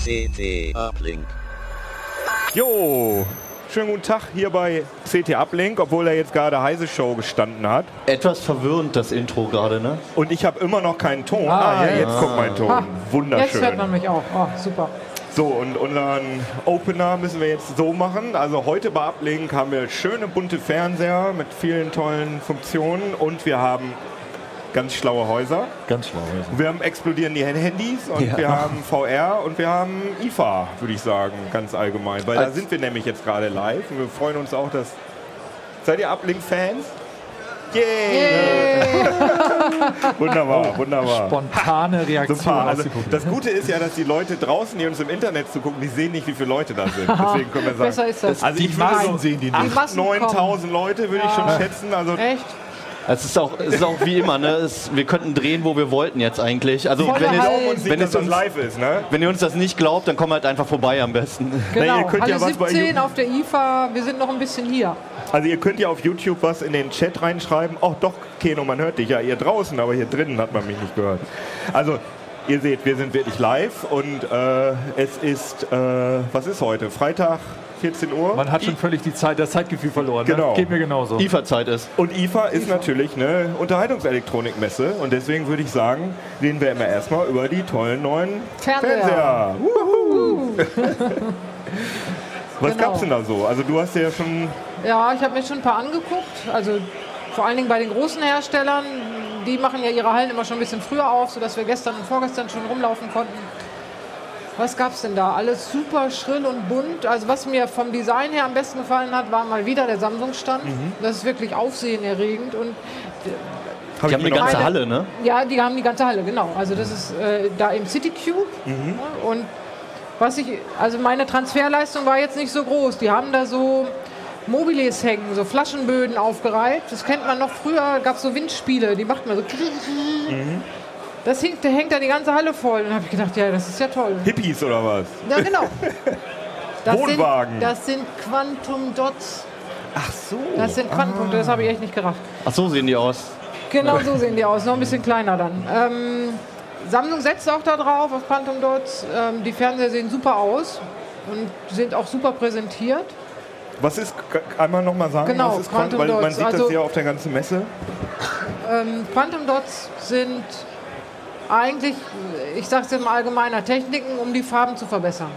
CT Uplink. Jo, schönen guten Tag hier bei CT Uplink, obwohl er jetzt gerade Heise Show gestanden hat. Etwas verwirrend das Intro gerade, ne? Und ich habe immer noch keinen Ton. Jetzt kommt mein Ton. Wunderschön. Jetzt hört man mich auch. Oh, super. So, und unseren Opener müssen wir jetzt so machen. Also heute bei Uplink haben wir schöne bunte Fernseher mit vielen tollen Funktionen und wir haben ganz schlaue Häuser. Ganz schlau. Wir haben explodierende Handys und wir haben VR und wir haben IFA, würde ich sagen, ganz allgemein. Weil da sind wir nämlich jetzt gerade live und wir freuen uns auch, dass... Seid ihr Uplink-Fans? Yeah! Wunderbar, wunderbar. Spontane Reaktion. Super. Also das Gute ist ja, dass die Leute draußen, die uns im Internet zugucken, die sehen nicht, wie viele Leute da sind. Deswegen können wir sagen... Besser ist das. Also die ich würde Massen so sehen die nicht. 8.000, 9.000 Leute würde ich schon schätzen. Also Echt? Es ist auch wie immer, ne? Wir könnten drehen, wo wir wollten jetzt eigentlich. Also Voller wenn Hall. ihr, uns sieht, wenn, dass es das uns, live ist, ne? wenn ihr uns das nicht glaubt, dann kommt halt einfach vorbei am besten. Genau. ihr könnt ja Halle was bei 17 auf der IFA. Wir sind noch ein bisschen hier. Also ihr könnt ja auf YouTube was in den Chat reinschreiben. Ach doch, Keno, man hört dich ja hier draußen, aber hier drinnen hat man mich nicht gehört. Also ihr seht, wir sind wirklich live und es ist, was ist heute? Freitag, 14 Uhr. Man hat schon völlig das Zeitgefühl verloren. Genau. Ne? Geht mir genauso. IFA-Zeit ist. Und IFA ist natürlich eine Unterhaltungselektronikmesse und deswegen würde ich sagen, reden wir immer erstmal über die tollen neuen Fernseher. Was Genau. gab's denn da so? Also du hast ja schon... Ja, ich habe mir schon ein paar angeguckt. Also vor allen Dingen bei den großen Herstellern. Die machen ja ihre Hallen immer schon ein bisschen früher auf, sodass wir gestern und vorgestern schon rumlaufen konnten. Was gab's denn da? Alles super schrill und bunt. Also was mir vom Design her am besten gefallen hat, war mal wieder der Samsung-Stand. Das ist wirklich aufsehenerregend. Und Die haben eine ganze Halle, ne? ja, die haben die ganze Halle, genau. Also das ist da im City Cube. Und also meine Transferleistung war jetzt nicht so groß. Die haben da so Mobiles hängen, so Flaschenböden aufgereiht. Das kennt man noch früher, gab es so Windspiele, die macht man so. Das hängt da die ganze Halle voll. Und dann habe ich gedacht, ja, das ist ja toll. Hippies oder was? Ja, genau. Wohnwagen. Das sind Quantum Dots. Ach so. Das sind Quantenpunkte, das habe ich echt nicht gerafft. Ach so sehen die aus. Genau so sehen die aus, noch ein bisschen kleiner dann. Samsung setzt auch da drauf, auf Quantum Dots. Die Fernseher sehen super aus und sind auch super präsentiert. Was ist, einmal nochmal sagen, Genau, was ist Quantum Quantum Dots? Man Dots. sieht Also, das ja auf der ganzen Messe. Quantum Dots sind eigentlich, ich sage es im Allgemeiner, Techniken, um die Farben zu verbessern.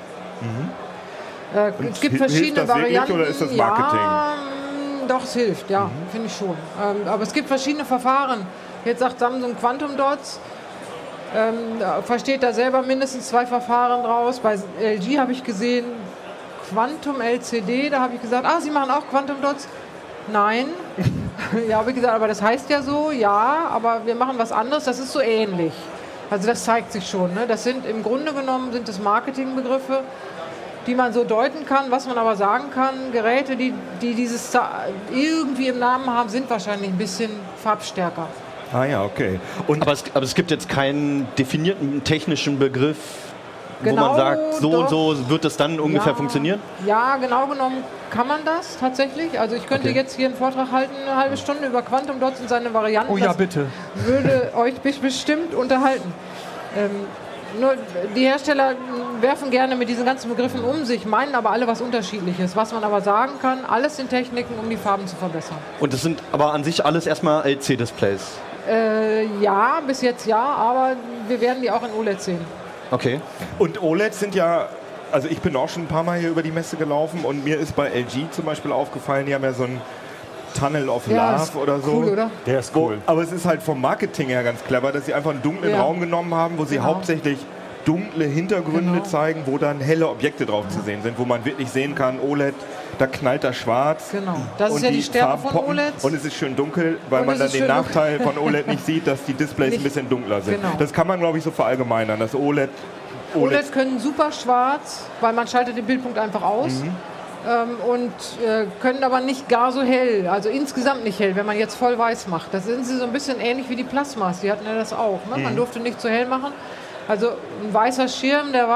Es gibt verschiedene hilft das wirklich, Varianten. oder ist das Marketing? Ja, doch, es hilft, ja, finde ich schon. Aber es gibt verschiedene Verfahren. Jetzt sagt Samsung Quantum Dots. Versteht da selber mindestens 2 Verfahren draus. Bei LG habe ich gesehen Quantum LCD, da habe ich gesagt, Sie machen auch Quantum Dots? Nein. Ja, habe ich gesagt, aber das heißt ja so, ja, aber wir machen was anderes, das ist so ähnlich. Also das zeigt sich schon. Ne? Das sind im Grunde genommen sind das Marketingbegriffe, die man so deuten kann. Was man aber sagen kann, Geräte, die dieses irgendwie im Namen haben, sind wahrscheinlich ein bisschen farbstärker. Ah ja, okay. Und Aber es gibt jetzt keinen definierten technischen Begriff, wo Genau, man sagt, so doch. und so wird es dann ungefähr funktionieren? Ja, genau genommen kann man das tatsächlich. Also ich könnte jetzt hier einen Vortrag halten, eine halbe Stunde über Quantum Dots und seine Varianten. Oh ja, Das bitte. würde euch bestimmt unterhalten. Nur die Hersteller werfen gerne mit diesen ganzen Begriffen um sich, meinen aber alle was Unterschiedliches. Was man aber sagen kann, alles sind Techniken, um die Farben zu verbessern. Und das sind aber an sich alles erstmal LC-Displays. Ja, bis jetzt ja, aber wir werden die auch in OLED sehen. Okay. Und OLEDs sind ja, also ich bin auch schon ein paar Mal hier über die Messe gelaufen und mir ist bei LG zum Beispiel aufgefallen, die haben ja so ein Tunnel of Ja, Love ist oder so. cool, oder? Der ist cool. Aber es ist halt vom Marketing her ganz clever, dass sie einfach einen dunklen Ja. Raum genommen haben, wo sie Genau. hauptsächlich dunkle Hintergründe Genau. zeigen, wo dann helle Objekte drauf zu sehen sind, wo man wirklich sehen kann, OLED, da knallt das schwarz. Genau. Das ist Und ja die Stärke Farben von poppen. OLEDs. Und es ist schön dunkel, weil Und man es dann ist den schön Nachteil von OLED nicht sieht, dass die Displays ein Nicht- bisschen dunkler sind. Genau. Das kann man, glaube ich, so verallgemeinern, dass OLED OLED können super schwarz, weil man schaltet den Bildpunkt einfach aus. Und können aber nicht gar so hell, also insgesamt nicht hell, wenn man jetzt voll weiß macht. Das sind sie so ein bisschen ähnlich wie die Plasmas, die hatten ja das auch. Ne? Man durfte nicht zu hell machen. Also ein weißer Schirm, der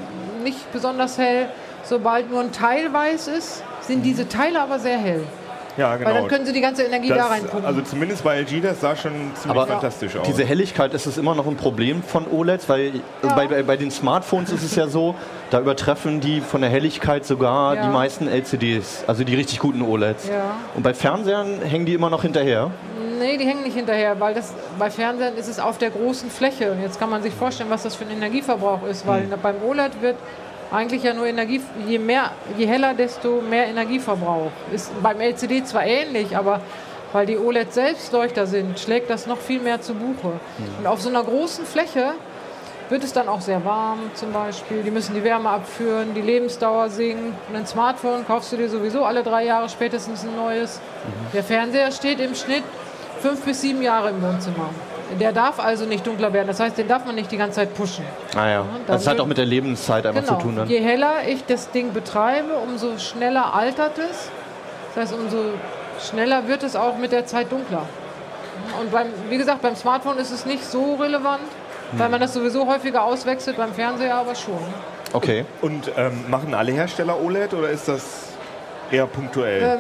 nicht besonders hell. Sobald nur ein Teil weiß ist, sind diese Teile aber sehr hell. Ja, genau. Weil dann können sie die ganze Energie da reinpumpen. Also zumindest bei LG, das sah schon ziemlich fantastisch aus. Diese Helligkeit ist es immer noch ein Problem von OLEDs, weil bei den Smartphones ist es ja so, da übertreffen die von der Helligkeit sogar die meisten LCDs, also die richtig guten OLEDs. Ja. Und bei Fernsehern hängen die immer noch hinterher? Nee, die hängen nicht hinterher, weil bei Fernsehern ist es auf der großen Fläche. Und jetzt kann man sich vorstellen, was das für ein Energieverbrauch ist, weil beim OLED wird eigentlich ja nur Energie, je heller, desto mehr Energieverbrauch. Ist beim LCD zwar ähnlich, aber weil die OLED selbst Leuchter sind, schlägt das noch viel mehr zu Buche. Und auf so einer großen Fläche wird es dann auch sehr warm zum Beispiel. Die müssen die Wärme abführen, die Lebensdauer sinkt. Und ein Smartphone kaufst du dir sowieso alle 3 Jahre spätestens ein neues. Der Fernseher steht im Schnitt 5 bis 7 Jahre im Wohnzimmer. Der darf also nicht dunkler werden. Das heißt, den darf man nicht die ganze Zeit pushen. Ah ja, das hat auch mit der Lebenszeit einfach zu tun. Dann. Je heller ich das Ding betreibe, umso schneller altert es. Das heißt, umso schneller wird es auch mit der Zeit dunkler. Und wie gesagt, beim Smartphone ist es nicht so relevant, weil man das sowieso häufiger auswechselt, beim Fernseher aber schon. Okay. Und machen alle Hersteller OLED oder ist das eher punktuell?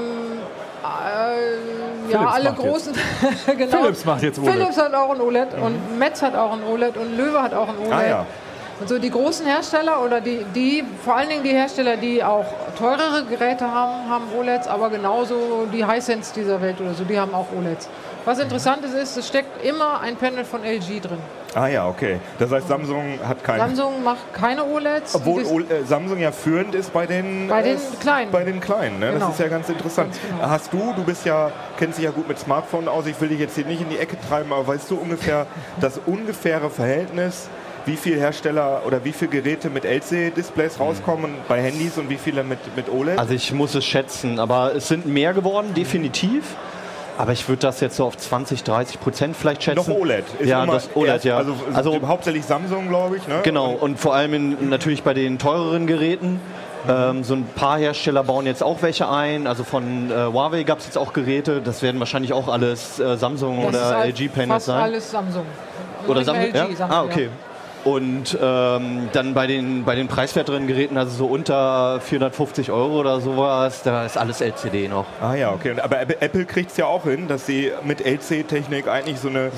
Ja, alle großen. Genau. Philips macht jetzt OLED. Philips hat auch ein OLED und Metz hat auch ein OLED und Löwe hat auch ein OLED. Ah, ja. Und so die großen Hersteller oder vor allen Dingen die Hersteller, die auch teurere Geräte haben OLEDs, aber genauso die Hisense dieser Welt oder so, die haben auch OLEDs. Was interessant ist, es steckt immer ein Panel von LG drin. Ah ja, okay. Das heißt, Samsung hat keine. Samsung macht keine OLEDs. Obwohl Samsung ja führend ist bei den Kleinen. Bei den Kleinen, ne? Genau. Das ist ja ganz interessant. Ganz genau. Kennst dich ja gut mit Smartphone aus. Ich will dich jetzt hier nicht in die Ecke treiben, aber weißt du ungefähr das ungefähre Verhältnis, wie viele Hersteller oder wie viele Geräte mit LCD-Displays rauskommen bei Handys und wie viele mit OLED? Also ich muss es schätzen, aber es sind mehr geworden, definitiv. Aber ich würde das jetzt so auf 20-30% vielleicht schätzen. Noch OLED. Ist ja, das OLED, ja. Also hauptsächlich Samsung, glaube ich. Ne? Genau, und vor allem natürlich bei den teureren Geräten. So ein paar Hersteller bauen jetzt auch welche ein. Also von Huawei gab es jetzt auch Geräte. Das werden wahrscheinlich auch alles Samsung oder LG-Panels sein. Alles Samsung. Oder Samsung? Ja? Samsung, ah, okay. Und dann bei den preiswerteren Geräten, also so unter 450 € oder sowas, da ist alles LCD noch. Ah ja, okay. Aber Apple kriegt es ja auch hin, dass sie mit LCD-Technik eigentlich so eine,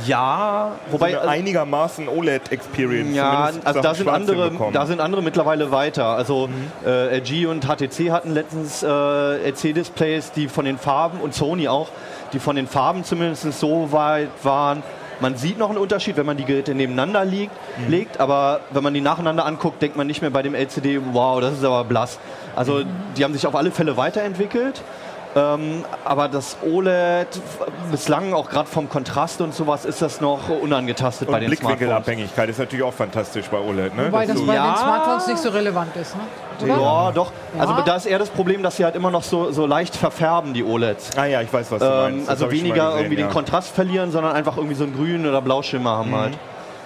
einigermaßen OLED-Experience. Ja, also da sind andere mittlerweile weiter. Also LG und HTC hatten letztens LCD-Displays, die von den Farben, und Sony auch, die von den Farben zumindest so weit waren. Man sieht noch einen Unterschied, wenn man die Geräte nebeneinander legt, aber wenn man die nacheinander anguckt, denkt man nicht mehr bei dem LCD, wow, das ist aber blass. Also die haben sich auf alle Fälle weiterentwickelt, aber das OLED, bislang auch gerade vom Kontrast und sowas, ist das noch unangetastet bei den Smartphones. Blickwinkelabhängigkeit ist natürlich auch fantastisch bei OLED. Ne? Wobei das bei den Smartphones nicht so relevant ist, ne? Oder? Ja, doch. Also da ist eher das Problem, dass sie halt immer noch so leicht verfärben, die OLEDs. Ah ja, ich weiß, was du meinst. Also weniger irgendwie den Kontrast verlieren, sondern einfach irgendwie so einen Grün- oder Blauschimmer haben halt.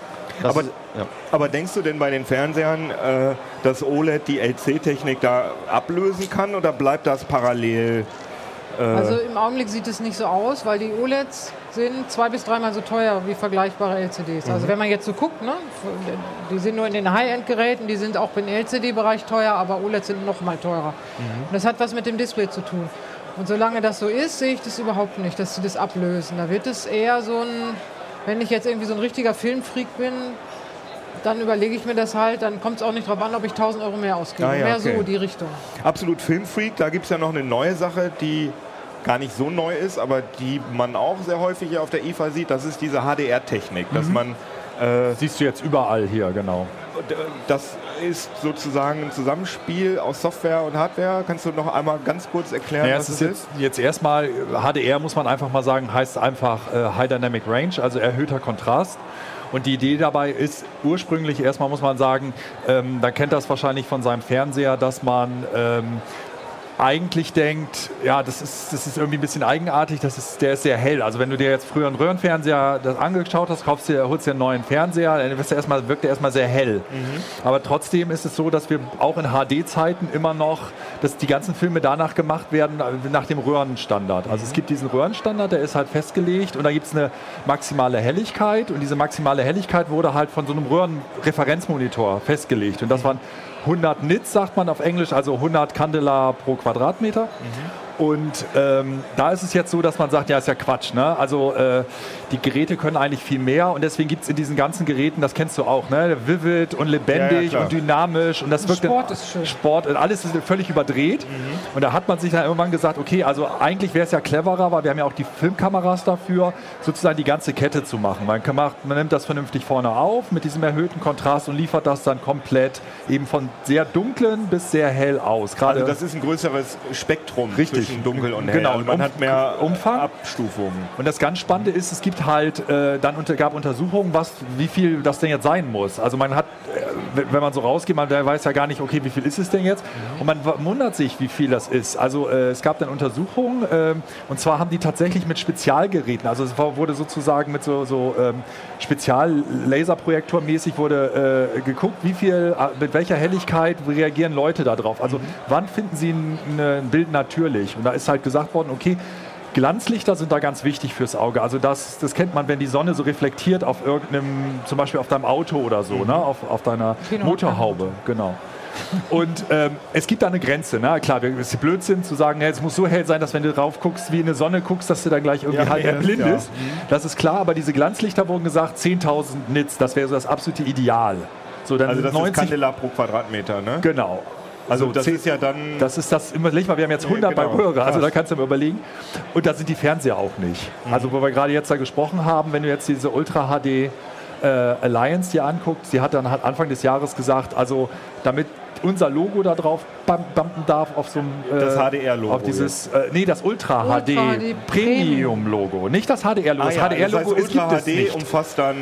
Aber denkst du denn bei den Fernsehern, dass OLED die LC-Technik da ablösen kann oder bleibt das parallel? Also im Augenblick sieht es nicht so aus, weil die OLEDs sind 2- bis 3-mal so teuer wie vergleichbare LCDs. Also wenn man jetzt so guckt, ne, die sind nur in den High-End-Geräten, die sind auch im LCD-Bereich teuer, aber OLEDs sind noch mal teurer. Und das hat was mit dem Display zu tun. Und solange das so ist, sehe ich das überhaupt nicht, dass sie das ablösen. Da wird es eher so ein, wenn ich jetzt irgendwie so ein richtiger Filmfreak bin, dann überlege ich mir das halt, dann kommt es auch nicht darauf an, ob ich 1.000 € mehr ausgebe. Mehr so die Richtung. Absolut Filmfreak, da gibt es ja noch eine neue Sache, die gar nicht so neu ist, aber die man auch sehr häufig hier auf der IFA sieht, das ist diese HDR-Technik, dass man... siehst du jetzt überall hier, genau. Das ist sozusagen ein Zusammenspiel aus Software und Hardware. Kannst du noch einmal ganz kurz erklären, was es ist? Jetzt erstmal, HDR muss man einfach mal sagen, heißt einfach High Dynamic Range, also erhöhter Kontrast. Und die Idee dabei ist ursprünglich, erstmal muss man sagen, man kennt das wahrscheinlich von seinem Fernseher, dass man eigentlich denkt, ja, das ist irgendwie ein bisschen eigenartig, der ist sehr hell. Also wenn du dir jetzt früher einen Röhrenfernseher angeschaut hast, holst dir einen neuen Fernseher, dann wirkt der erstmal sehr hell. Aber trotzdem ist es so, dass wir auch in HD-Zeiten immer noch, dass die ganzen Filme danach gemacht werden, nach dem Röhrenstandard. Also es gibt diesen Röhrenstandard, der ist halt festgelegt und da gibt es eine maximale Helligkeit und diese maximale Helligkeit wurde halt von so einem Röhrenreferenzmonitor festgelegt und das waren 100 Nits, sagt man auf Englisch, also 100 Candela pro Quadratmeter. Und da ist es jetzt so, dass man sagt, ja, ist ja Quatsch. Ne? Also die Geräte können eigentlich viel mehr und deswegen gibt es in diesen ganzen Geräten, das kennst du auch, ne? Vivid und lebendig und dynamisch. Und das wirkt Sport ist schön. Sport, alles ist völlig überdreht. Und da hat man sich dann irgendwann gesagt, okay, also eigentlich wäre es ja cleverer, weil wir haben ja auch die Filmkameras dafür, sozusagen die ganze Kette zu machen. Man nimmt das vernünftig vorne auf mit diesem erhöhten Kontrast und liefert das dann komplett eben von sehr dunklen bis sehr hell aus. Also das ist ein größeres Spektrum zwischen dunkel und hell. Genau, und man hat mehr Umfang, Abstufungen. Und das ganz Spannende ist, es gibt halt, gab Untersuchungen, wie viel das denn jetzt sein muss. Also man hat, wenn man so rausgeht, man weiß ja gar nicht, okay, wie viel ist es denn jetzt? Und man wundert sich, wie viel das ist. Also es gab dann Untersuchungen und zwar haben die tatsächlich mit Spezialgeräten, also es wurde sozusagen mit so Spezial-Laserprojektormäßig wurde geguckt, mit welcher Helligkeit reagieren Leute da drauf. Also wann finden sie ein Bild natürlich? Und da ist halt gesagt worden, okay, Glanzlichter sind da ganz wichtig fürs Auge. Also das kennt man, wenn die Sonne so reflektiert auf irgendeinem, zum Beispiel auf deinem Auto oder so, ne? auf deiner Motorhaube. Genau. Und es gibt da eine Grenze. Ne? Klar, es ist Blödsinn zu sagen, es muss so hell sein, dass wenn du drauf guckst, wie in eine Sonne guckst, dass du dann gleich irgendwie erblindest. Ja. Das ist klar, aber diese Glanzlichter wurden gesagt, 10.000 Nits, das wäre so das absolute Ideal. So, dann also das ist Candela pro Quadratmeter, ne? Genau. Also das ist ja dann... Das ist das, überleg mal, wir haben jetzt 100 bei Röhre, also da kannst du mal überlegen. Und da sind die Fernseher auch nicht. Also wo wir gerade jetzt da gesprochen haben, wenn du jetzt diese Ultra HD Alliance dir anguckst, die hat dann Anfang des Jahres gesagt, also damit unser Logo da drauf bumpen darf auf so einem... das HDR-Logo. Auf dieses, das Ultra HD Premium-Logo. Nicht das HDR-Logo. Das HDR-Logo gibt es nicht. Umfasst dann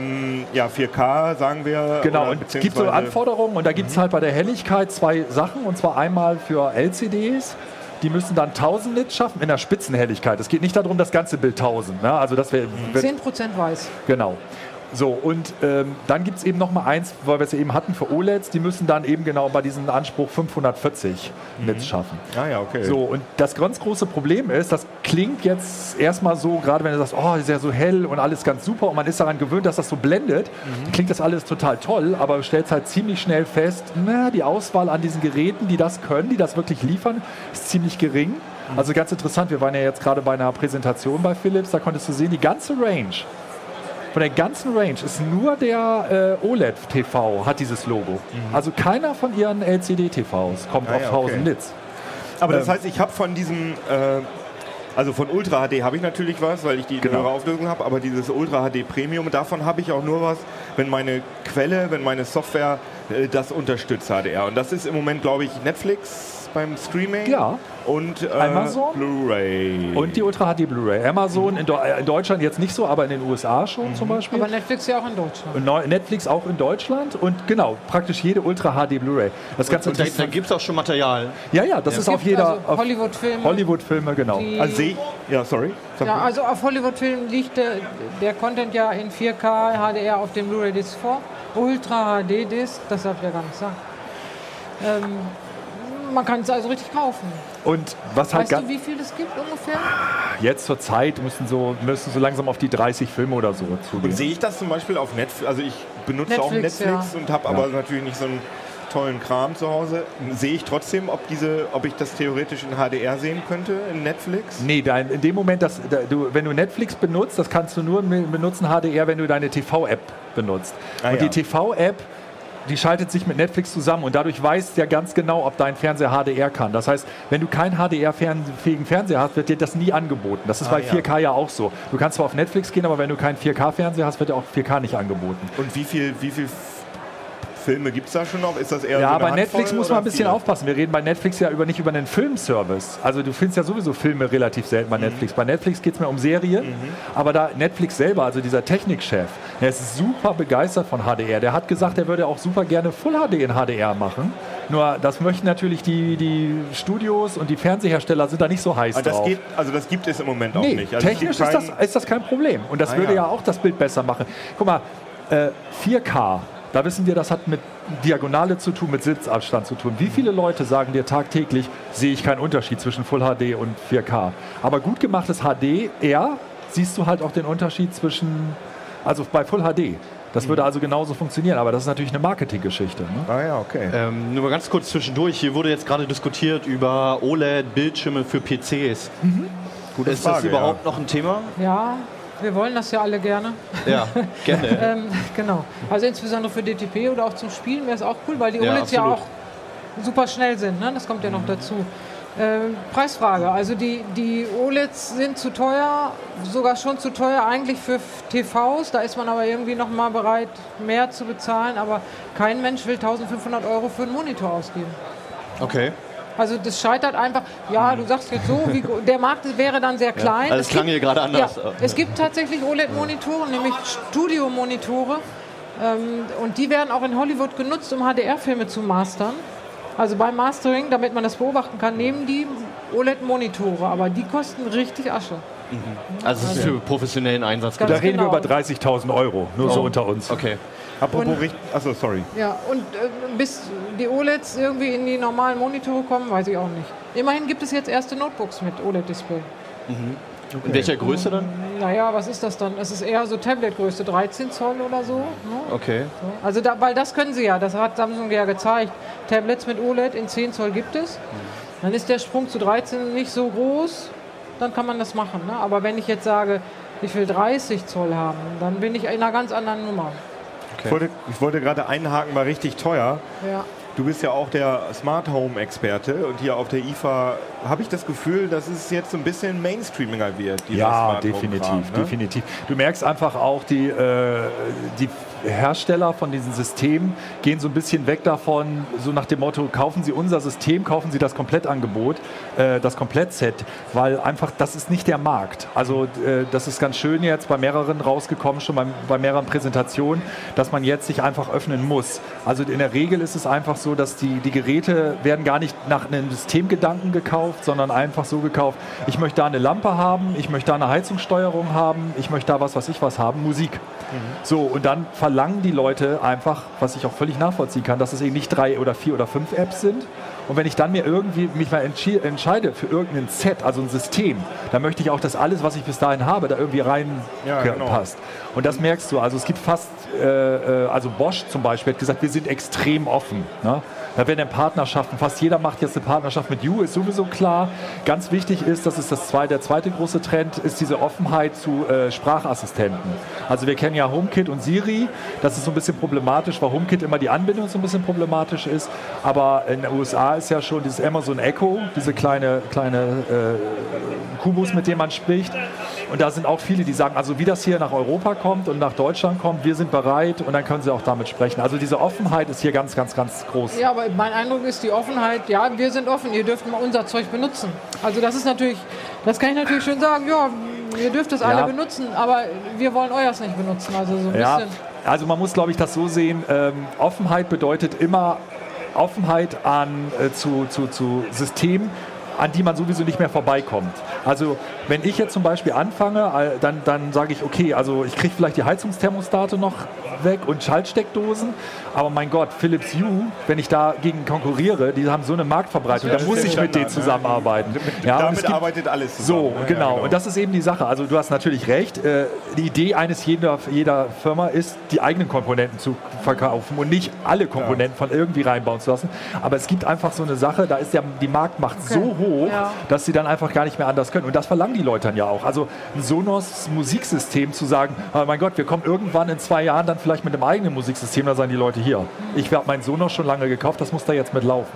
4K, sagen wir. Genau, und es gibt so Anforderungen und da gibt es halt bei der Helligkeit 2 Sachen. Und zwar einmal für LCDs. Die müssen dann 1000 Nits schaffen in der Spitzenhelligkeit. Es geht nicht darum, das ganze Bild 1000. Ne? Also das 10% weiß. Genau. So, und dann gibt es eben noch mal eins, weil wir es ja eben hatten für OLEDs, die müssen dann eben genau bei diesem Anspruch 540 Nits schaffen. Ah ja, okay. So, und das ganz große Problem ist, das klingt jetzt erstmal so, gerade wenn du sagst, oh, ist ja so hell und alles ganz super und man ist daran gewöhnt, dass das so blendet, klingt das alles total toll, aber du stellst halt ziemlich schnell fest, die Auswahl an diesen Geräten, die das können, die das wirklich liefern, ist ziemlich gering. Also ganz interessant, wir waren ja jetzt gerade bei einer Präsentation bei Philips, da konntest du sehen, die ganze Range, von der ganzen Range ist nur der OLED-TV hat dieses Logo. Also keiner von ihren LCD-TVs kommt auf 1000 Nits. Aber das heißt, ich habe von diesem, also von Ultra HD habe ich natürlich was, weil ich die höhere Auflösung habe, aber dieses Ultra HD Premium, davon habe ich auch nur was, wenn meine Quelle, wenn meine Software das unterstützt HDR. Und das ist im Moment, glaube ich, Netflix beim Streaming. Ja. Und Amazon Blu-ray. Und die Ultra HD Blu-ray. Amazon in Deutschland jetzt nicht so, aber in den USA schon zum Beispiel. Aber Netflix ja auch in Deutschland. Und Netflix auch in Deutschland und genau, praktisch jede Ultra HD Bluray. Das Ganze und da gibt es auch schon Material. Ja, das ist auf jeder... Also Hollywood-Filme. Hollywood-Filme, genau. Also sorry. Ja, also auf Hollywood-Filmen liegt der Content ja in 4K HDR auf dem Blu-ray-Disc vor. Ultra HD-Disc, das darf ich ja gar nicht sagen. Man kann es also richtig kaufen. Und was halt weißt du, wie viel es gibt ungefähr? Jetzt zur Zeit müssen so langsam auf die 30 Filme oder so zugehen. Und sehe ich das zum Beispiel auf Netflix? Also ich benutze auch Netflix und habe aber natürlich nicht so einen tollen Kram zu Hause. Sehe ich trotzdem, ob ich das theoretisch in HDR sehen könnte in Netflix? Nee, in dem Moment, wenn du Netflix benutzt, das kannst du nur benutzen HDR, wenn du deine TV-App benutzt. Die TV-App, die schaltet sich mit Netflix zusammen und dadurch weiß der ganz genau, ob dein Fernseher HDR kann. Das heißt, wenn du keinen HDR-fähigen Fernseher hast, wird dir das nie angeboten. Das ist bei 4K ja auch so. Du kannst zwar auf Netflix gehen, aber wenn du keinen 4K-Fernseher hast, wird dir auch 4K nicht angeboten. Und wie viel Filme gibt es da schon noch? Ist das eher ja, so bei Netflix muss man ein bisschen aufpassen. Wir reden bei Netflix ja nicht über einen Filmservice. Also du findest ja sowieso Filme relativ selten bei Netflix. Bei Netflix geht es mehr um Serien. Aber da Netflix selber, also dieser Technikchef, der ist super begeistert von HDR. Der hat gesagt, er würde auch super gerne Full HD in HDR machen. Nur das möchten natürlich die Studios und die Fernsehersteller sind da nicht so heiß drauf. Das gibt es im Moment auch nicht. Also technisch ist das kein Problem. Und das würde ja auch das Bild besser machen. Guck mal, 4K. Da wissen wir, das hat mit Diagonale zu tun, mit Sitzabstand zu tun. Wie viele Leute sagen dir tagtäglich, sehe ich keinen Unterschied zwischen Full HD und 4K. Aber gut gemachtes HDR siehst du halt auch den Unterschied zwischen, also bei Full HD. Das würde also genauso funktionieren, aber das ist natürlich eine Marketinggeschichte. Ne? Ah ja, okay. Nur mal ganz kurz zwischendurch, hier wurde jetzt gerade diskutiert über OLED-Bildschirme für PCs. Gut, ist das überhaupt noch ein Thema? Ja, wir wollen das ja alle gerne. Ja, gerne. Genau. Also insbesondere für DTP oder auch zum Spielen wäre es auch cool, weil die OLEDs ja auch super schnell sind. Ne? Das kommt ja noch dazu. Preisfrage. Also die OLEDs sind zu teuer, sogar schon zu teuer eigentlich für TVs. Da ist man aber irgendwie noch mal bereit, mehr zu bezahlen. Aber kein Mensch will 1.500 € für einen Monitor ausgeben. Okay. Also das scheitert einfach, ja, du sagst jetzt so, der Markt wäre dann sehr klein. Also es klang hier gerade anders. Ja, es gibt tatsächlich OLED-Monitore, nämlich Studio-Monitore. Und die werden auch in Hollywood genutzt, um HDR-Filme zu mastern. Also beim Mastering, damit man das beobachten kann, nehmen die OLED-Monitore, aber die kosten richtig Asche. Also es ist für professionellen Einsatz. Da reden wir über 30.000 €, nur so unter uns. Okay. Apropos achso, sorry. Ja, und bis die OLEDs irgendwie in die normalen Monitore kommen, weiß ich auch nicht. Immerhin gibt es jetzt erste Notebooks mit OLED-Display. Okay. In welcher Größe dann? Naja, was ist das dann? Es ist eher so Tablet-Größe, 13 Zoll oder so. Ne? Okay. So. Also weil das können sie ja, das hat Samsung ja gezeigt. Tablets mit OLED in 10 Zoll gibt es. Dann ist der Sprung zu 13 nicht so groß, dann kann man das machen. Ne? Aber wenn ich jetzt sage, ich will 30 Zoll haben, dann bin ich in einer ganz anderen Nummer. Okay. Ich wollte gerade einhaken, war richtig teuer. Ja. Du bist ja auch der Smart Home Experte und hier auf der IFA habe ich das Gefühl, dass es jetzt so ein bisschen mainstreamiger wird. Ja, definitiv. Du merkst einfach auch, die Hersteller von diesen Systemen gehen so ein bisschen weg davon, so nach dem Motto, kaufen Sie unser System, kaufen Sie das Komplettangebot, das Komplettset, weil einfach, das ist nicht der Markt. Also das ist ganz schön jetzt bei mehreren rausgekommen, schon bei mehreren Präsentationen, dass man jetzt sich einfach öffnen muss. Also in der Regel ist es einfach so, dass die Geräte werden gar nicht nach einem Systemgedanken gekauft, sondern einfach so gekauft, ich möchte da eine Lampe haben, ich möchte da eine Heizungssteuerung haben, ich möchte da was haben, Musik. So, und dann verlangen die Leute einfach, was ich auch völlig nachvollziehen kann, dass es eben nicht 3 oder 4 oder 5 Apps sind. Und wenn ich dann mir irgendwie mich mal entscheide für irgendein Set, also ein System, dann möchte ich auch, dass alles, was ich bis dahin habe, da irgendwie reinpasst. Und das merkst du. Also es gibt fast, also Bosch zum Beispiel hat gesagt, wir sind extrem offen. Ne? Da werden Partnerschaften, fast jeder macht jetzt eine Partnerschaft mit You, ist sowieso klar. Ganz wichtig ist, das ist der zweite große Trend, ist diese Offenheit zu Sprachassistenten. Also wir kennen ja HomeKit und Siri, das ist so ein bisschen problematisch, weil HomeKit immer die Anbindung so ein bisschen problematisch ist, aber in den USA ist ja schon dieses Amazon Echo, diese kleine Kubus, mit dem man spricht. Und da sind auch viele, die sagen, also wie das hier nach Europa kommt und nach Deutschland kommt, wir sind bereit und dann können sie auch damit sprechen. Also diese Offenheit ist hier ganz, ganz, ganz groß. Ja, aber mein Eindruck ist die Offenheit, ja, wir sind offen, ihr dürft mal unser Zeug benutzen. Also das ist natürlich, das kann ich natürlich schön sagen, ja, ihr dürft es alle benutzen, aber wir wollen euers nicht benutzen. Also so ein bisschen. Also man muss, glaube ich, das so sehen, Offenheit bedeutet immer Offenheit zu Systemen, an die man sowieso nicht mehr vorbeikommt. Also wenn ich jetzt zum Beispiel anfange, dann sage ich, okay, also ich kriege vielleicht die Heizungsthermostate noch weg und Schaltsteckdosen, aber mein Gott, Philips Hue, wenn ich dagegen konkurriere, die haben so eine Marktverbreitung, da muss ich mit denen zusammenarbeiten. Damit arbeitet alles zusammen. So, genau. Und das ist eben die Sache. Also du hast natürlich recht, die Idee jeder Firma ist, die eigenen Komponenten zu verkaufen und nicht alle Komponenten von irgendwie reinbauen zu lassen. Aber es gibt einfach so eine Sache, da ist die Marktmacht so hoch, dass sie dann einfach gar nicht mehr anders können. Und das verlangen die Leute dann ja auch. Also ein Sonos Musiksystem zu sagen, oh mein Gott, wir kommen irgendwann in 2 Jahren dann vielleicht mit einem eigenen Musiksystem, da sagen die Leute hier. Ich habe meinen Sonos schon lange gekauft, das muss da jetzt mit laufen.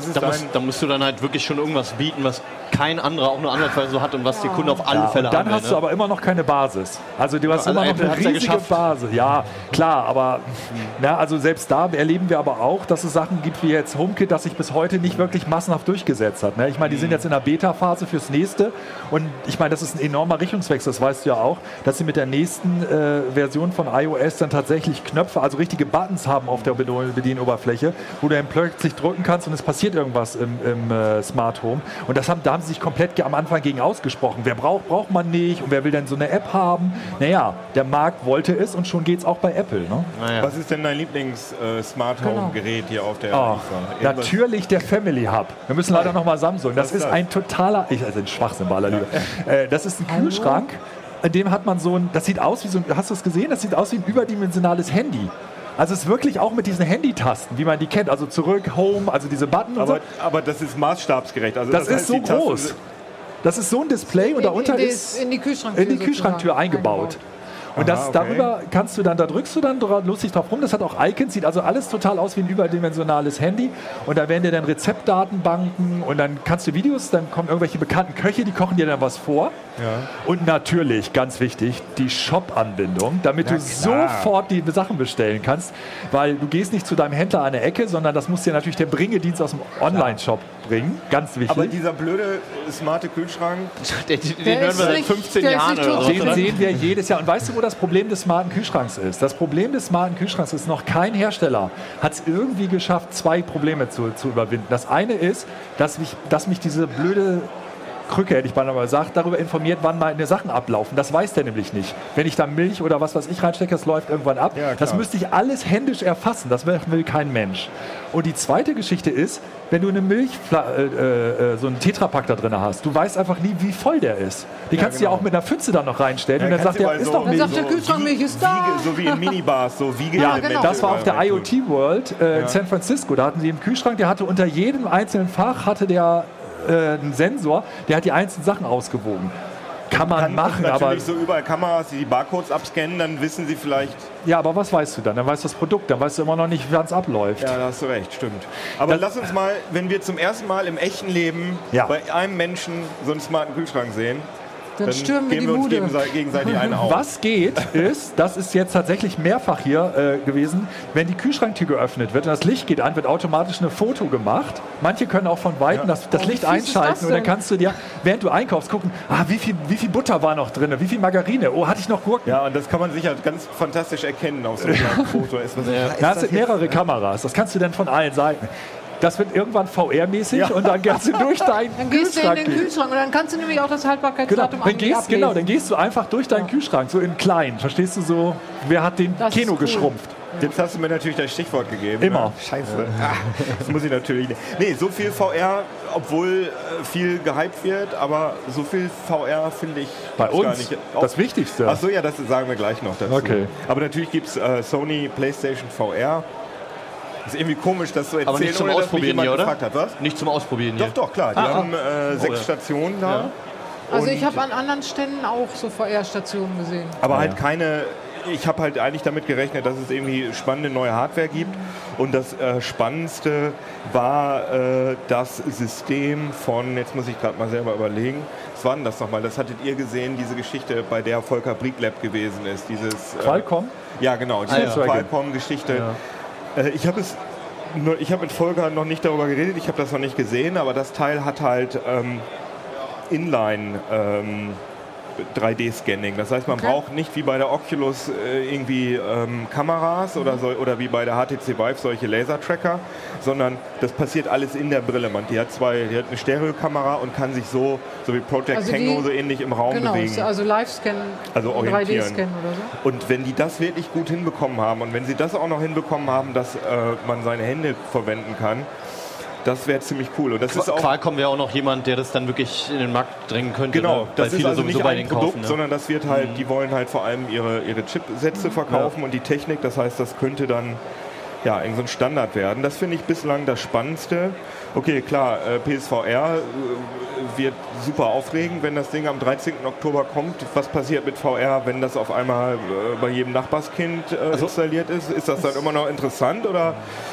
Da musst du dann halt wirklich schon irgendwas bieten, was kein anderer auch nur ansatzweise so hat und was die Kunden auf alle Fälle haben. Dann hast du aber immer noch keine Basis. Also du hast immer noch eine riesige Basis. Ja, klar, aber also selbst da erleben wir aber auch, dass es Sachen gibt wie jetzt HomeKit, das sich bis heute nicht wirklich massenhaft durchgesetzt hat. Ne? Ich meine, die sind jetzt in der Beta-Phase fürs nächste und ich meine, das ist ein enormer Richtungswechsel, das weißt du ja auch, dass sie mit der nächsten Version von iOS dann tatsächlich Knöpfe, also richtige Buttons haben auf der Bedienoberfläche, wo du dann plötzlich drücken kannst und es passiert irgendwas im Smart Home. Und da haben sie sich komplett am Anfang gegen ausgesprochen. Wer braucht man nicht und wer will denn so eine App haben? Naja, der Markt wollte es und schon geht es auch bei Apple. Ne? Naja. Was ist denn dein Lieblings-Smart Home-Gerät hier auf der IFA? Natürlich der Family Hub. Wir müssen leider nochmal Samsung. Das ist ein totaler, also ein Schwachsinn bei aller Liebe. Das ist ein Kühlschrank. in dem hat man so ein, das sieht aus wie so ein, hast du es gesehen? Das sieht aus wie ein überdimensionales Handy. Also es ist wirklich auch mit diesen Handytasten, wie man die kennt, also zurück, Home, also diese Button und so. Aber das ist maßstabsgerecht. Also das ist so groß. Das ist so ein Display und darunter ist in die Kühlschranktür eingebaut. Und darüber kannst du dann, da drückst du dann lustig drauf rum, das hat auch Icons, sieht also alles total aus wie ein überdimensionales Handy und da werden dir dann Rezeptdatenbanken und dann kannst du Videos, dann kommen irgendwelche bekannten Köche, die kochen dir dann was vor und natürlich, ganz wichtig, die Shop-Anbindung, damit du sofort die Sachen bestellen kannst, weil du gehst nicht zu deinem Händler an der Ecke, sondern das muss dir natürlich der Bringedienst aus dem Online-Shop bringen, ganz wichtig. Aber dieser blöde, smarte Kühlschrank, den hören wir seit 15 Jahren. Den sehen wir jedes Jahr. Und weißt du, wo das Problem des smarten Kühlschranks ist? Das Problem des smarten Kühlschranks ist, noch kein Hersteller hat es irgendwie geschafft, 2 Probleme zu überwinden. Das eine ist, dass mich diese blöde Krücke, hätte ich beinahe mal gesagt, darüber informiert, wann meine Sachen ablaufen. Das weiß der nämlich nicht. Wenn ich da Milch oder was weiß ich reinstecke, das läuft irgendwann ab. Ja, das müsste ich alles händisch erfassen. Das will kein Mensch. Und die zweite Geschichte ist, wenn du eine Milch, so einen Tetrapack da drin hast, du weißt einfach nie, wie voll der ist. Die kannst du ja auch mit einer Pfütze dann noch reinstellen und dann sagt der, ist doch Milch. Dann sagt der Kühlschrank, Milch ist da. So wie in Minibars, so Wiege. Ja, genau. Das war auf der IoT World in San Francisco. Da hatten sie einen Kühlschrank, der hatte unter jedem einzelnen Fach einen Sensor, der hat die einzelnen Sachen ausgewogen. Kann man machen, natürlich aber... so überall Kameras, die Barcodes abscannen, dann wissen sie vielleicht... Ja, aber was weißt du dann? Dann weißt du das Produkt, dann weißt du immer noch nicht, wie es abläuft. Ja, da hast du recht, stimmt. Aber lass uns mal, wenn wir zum ersten Mal im echten Leben bei einem Menschen so einen smarten Kühlschrank sehen, dann stürmen wir geben wir uns gegenseitig einen auf. Was geht, ist, das ist jetzt tatsächlich mehrfach hier gewesen, wenn die Kühlschranktür geöffnet wird und das Licht geht an, wird automatisch ein Foto gemacht. Manche können auch von Weitem das Licht einschalten und dann kannst du dir, während du einkaufst, gucken, wie viel Butter war noch drin, wie viel Margarine, hatte ich noch Gurken. Ja, und das kann man sicher ganz fantastisch erkennen auf so einem Foto. Das sind mehrere Kameras, das kannst du dann von allen Seiten. Das wird irgendwann VR-mäßig und dann gehst du durch deinen Kühlschrank. Dann gehst du in den Kühlschrank und dann kannst du nämlich auch das Haltbarkeitsdatum ablesen. Dann gehst du einfach durch deinen Kühlschrank, so in klein. Verstehst du so, wer hat den Keno geschrumpft? Jetzt hast du mir natürlich das Stichwort gegeben. Immer. Ne? Scheiße. Das muss ich natürlich nicht. Nee, so viel VR, obwohl viel gehypt wird, aber so viel VR finde ich bei uns gar nicht. Das Wichtigste. Achso, ja, das sagen wir gleich noch dazu. Okay. Aber natürlich gibt es Sony PlayStation VR. Ist irgendwie komisch, das zu erzählen, aber nicht zum Ausprobieren hier, oder? Gefragt hat, was? Nicht zum Ausprobieren hier. Doch, klar. Die haben 6 Stationen da. Ja. Also ich habe an anderen Ständen auch so VR-Stationen gesehen. Aber halt keine... Ich habe halt eigentlich damit gerechnet, dass es irgendwie spannende neue Hardware gibt. Und das Spannendste war das System von... Jetzt muss ich gerade mal selber überlegen. Was war denn das nochmal? Das hattet ihr gesehen, diese Geschichte, bei der Volker Bricklab gewesen ist. Dieses Qualcomm? Ja, genau. Diese Qualcomm-Geschichte. Ja. Ich habe mit Volker noch nicht darüber geredet, ich habe das noch nicht gesehen, aber das Teil hat halt Inline 3D-Scanning. Das heißt, man braucht nicht wie bei der Oculus irgendwie Kameras oder wie bei der HTC Vive solche Laser-Tracker, sondern das passiert alles in der Brille. Die hat eine Stereokamera und kann sich so wie Project Tango so ähnlich im Raum bewegen. Genau, also Live-Scan, also 3D-Scan oder so. Und wenn die das wirklich gut hinbekommen haben und wenn sie das auch noch hinbekommen haben, dass man seine Hände verwenden kann, das wäre ziemlich cool. Und das ist auch Qualcomm wäre auch noch jemand, der das dann wirklich in den Markt drängen könnte. Genau, das weil viele ist also sowieso nicht bei ein denen Produkt, kaufen, sondern das wird halt, die wollen halt vor allem ihre Chipsätze verkaufen und die Technik. Das heißt, das könnte dann irgend so ein Standard werden. Das finde ich bislang das Spannendste. Okay, klar, PSVR wird super aufregend, wenn das Ding am 13. Oktober kommt. Was passiert mit VR, wenn das auf einmal bei jedem Nachbarskind installiert ist? Ist das dann immer noch interessant oder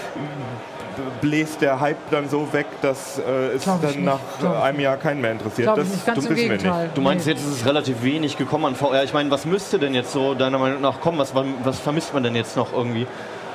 bläst der Hype dann so weg, dass es dann nach einem Jahr keinen mehr interessiert? Das wissen wir nicht. Du meinst, jetzt ist es relativ wenig gekommen an VR. Ich meine, was müsste denn jetzt so deiner Meinung nach kommen? Was vermisst man denn jetzt noch irgendwie?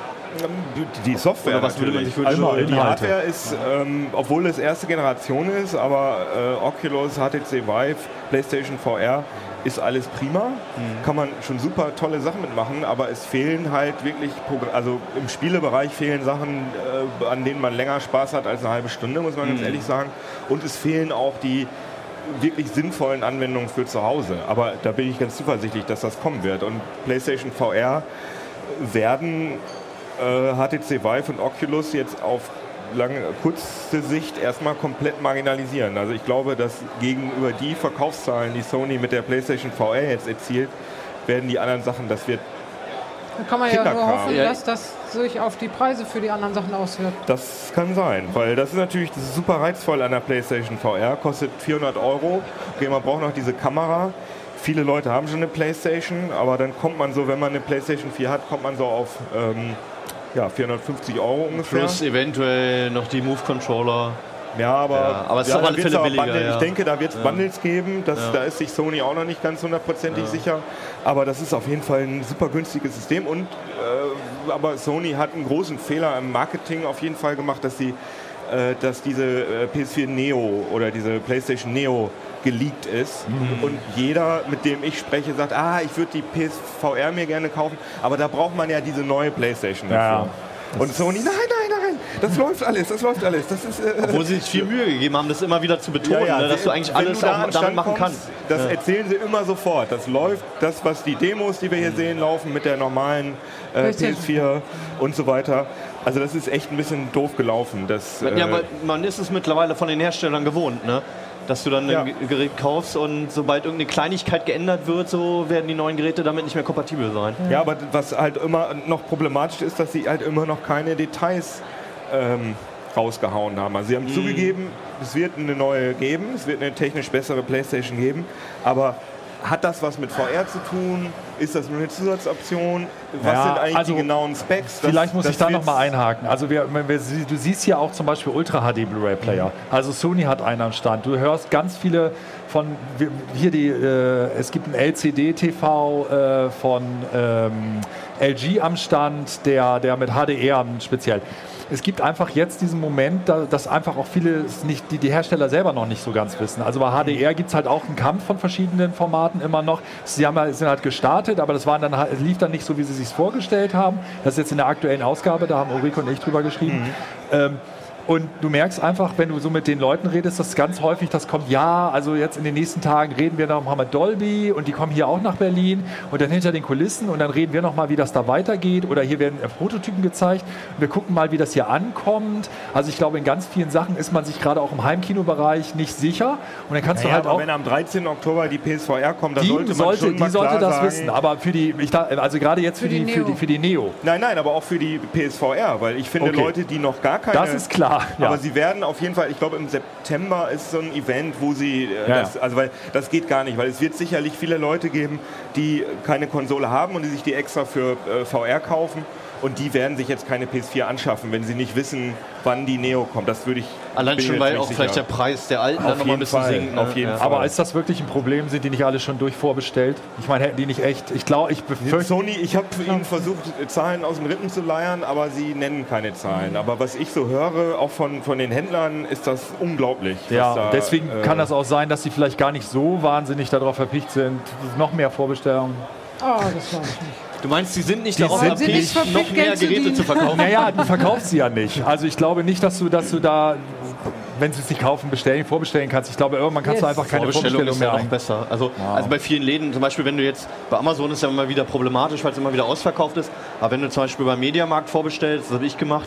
Die Software. Oder was würde man sich für die Hardware ist, obwohl es erste Generation ist, aber Oculus, HTC Vive, PlayStation VR ist alles prima. Kann man schon super tolle Sachen mitmachen, aber es fehlen halt wirklich, also im Spielebereich fehlen Sachen, an denen man länger Spaß hat als eine halbe Stunde, muss man ganz ehrlich sagen. Und es fehlen auch die wirklich sinnvollen Anwendungen für zu Hause. Aber da bin ich ganz zuversichtlich, dass das kommen wird. Und PlayStation VR werden HTC Vive und Oculus jetzt auf kurze Sicht erstmal komplett marginalisieren. Also ich glaube, dass gegenüber die Verkaufszahlen, die Sony mit der PlayStation VR jetzt erzielt, werden die anderen Sachen, das wird Da kann man ja nur hoffen, dass das sich auf die Preise für die anderen Sachen auswirkt. Das kann sein, weil das ist natürlich super reizvoll an der PlayStation VR. Kostet 400 €. Okay, man braucht noch diese Kamera. Viele Leute haben schon eine PlayStation, aber dann kommt man so, wenn man eine PlayStation 4 hat, kommt man so auf 450 € ungefähr. Plus eventuell noch die Move-Controller. Ja, aber es ist auf alle Fälle billiger. Ich denke, da wird es Bundles geben. Da ist sich Sony auch noch nicht ganz hundertprozentig sicher. Aber das ist auf jeden Fall ein super günstiges System. Und aber Sony hat einen großen Fehler im Marketing auf jeden Fall gemacht, dass diese PS4 Neo oder diese PlayStation Neo geleakt ist. Und jeder, mit dem ich spreche, sagt, ich würde die PSVR mir gerne kaufen, aber da braucht man ja diese neue PlayStation dafür. Und Sony, nein, das läuft alles. Das ist, obwohl sie sich viel Mühe gegeben haben, das immer wieder zu betonen, dass du eigentlich alles auch damit machen kannst. Das erzählen sie immer sofort. Das läuft, das, was die Demos, die wir hier sehen, laufen mit der normalen PS4 und so weiter. Also das ist echt ein bisschen doof gelaufen. Aber man ist es mittlerweile von den Herstellern gewohnt, ne? Dass du dann ein Gerät kaufst und sobald irgendeine Kleinigkeit geändert wird, so werden die neuen Geräte damit nicht mehr kompatibel sein. Ja, aber was halt immer noch problematisch ist, dass sie halt immer noch keine Details rausgehauen haben. Also sie haben zugegeben, es wird eine neue geben, es wird eine technisch bessere PlayStation geben, aber hat das was mit VR zu tun? Ist das nur eine Zusatzoption? Was sind eigentlich die genauen Specs? Vielleicht muss ich da noch mal einhaken. Also du siehst hier auch zum Beispiel Ultra HD Blu-ray Player. Also Sony hat einen am Stand. Du hörst ganz viele von es gibt einen LCD-TV von LG am Stand, der mit HDR speziell. Es gibt einfach jetzt diesen Moment, dass einfach auch viele die Hersteller selber noch nicht so ganz wissen. Also bei HDR gibt es halt auch einen Kampf von verschiedenen Formaten immer noch. Sie sind halt gestartet, aber das lief dann nicht so, wie sie sich vorgestellt haben. Das ist jetzt in der aktuellen Ausgabe, da haben Ulrike und ich drüber geschrieben. Und du merkst einfach, wenn du so mit den Leuten redest, dass ganz häufig das kommt, also jetzt in den nächsten Tagen reden wir noch mal mit Dolby und die kommen hier auch nach Berlin und dann hinter den Kulissen und dann reden wir noch mal, wie das da weitergeht oder hier werden Prototypen gezeigt und wir gucken mal, wie das hier ankommt. Also ich glaube, in ganz vielen Sachen ist man sich gerade auch im Heimkinobereich nicht sicher und dann kannst du halt auch... wenn am 13. Oktober die PSVR kommt, dann sollte man schon mal sollte das sagen, wissen, aber also gerade jetzt für die Neo. Nein, aber auch für die PSVR, weil ich finde, Leute, die noch gar keine... Das ist klar. Ja. Aber sie werden auf jeden Fall, ich glaube im September ist so ein Event, wo sie, weil das geht gar nicht, weil es wird sicherlich viele Leute geben, die keine Konsole haben und die sich die extra für VR kaufen und die werden sich jetzt keine PS4 anschaffen, wenn sie nicht wissen, wann die Neo kommt. Das würde ich... Allein schon, weil auch vielleicht der Preis der alten dann nochmal ein bisschen sinkt. Auf jeden Fall. Aber ist das wirklich ein Problem? Sind die nicht alle schon vorbestellt? Ich meine, hätten die nicht echt... Ich befürchte... Sony, ich habe ihnen versucht, Zahlen aus den Rippen zu leiern, aber sie nennen keine Zahlen. Aber was ich so höre, auch von den Händlern, ist das unglaublich. Ja, deswegen kann das auch sein, dass sie vielleicht gar nicht so wahnsinnig darauf verpicht sind. Noch mehr Vorbestellungen. Das glaube ich nicht. Du meinst, sie sind nicht darauf verpflichtet, noch mehr Geräte zu verkaufen? Naja, du verkaufst sie ja nicht. Also ich glaube nicht, dass du da, wenn sie es nicht kaufen, vorbestellen kannst. Ich glaube, irgendwann kannst du einfach keine Vorbestellung mehr auch besser. Also bei vielen Läden, zum Beispiel, wenn du jetzt, bei Amazon ist ja immer wieder problematisch, weil es immer wieder ausverkauft ist. Aber wenn du zum Beispiel beim Mediamarkt vorbestellst, das habe ich gemacht,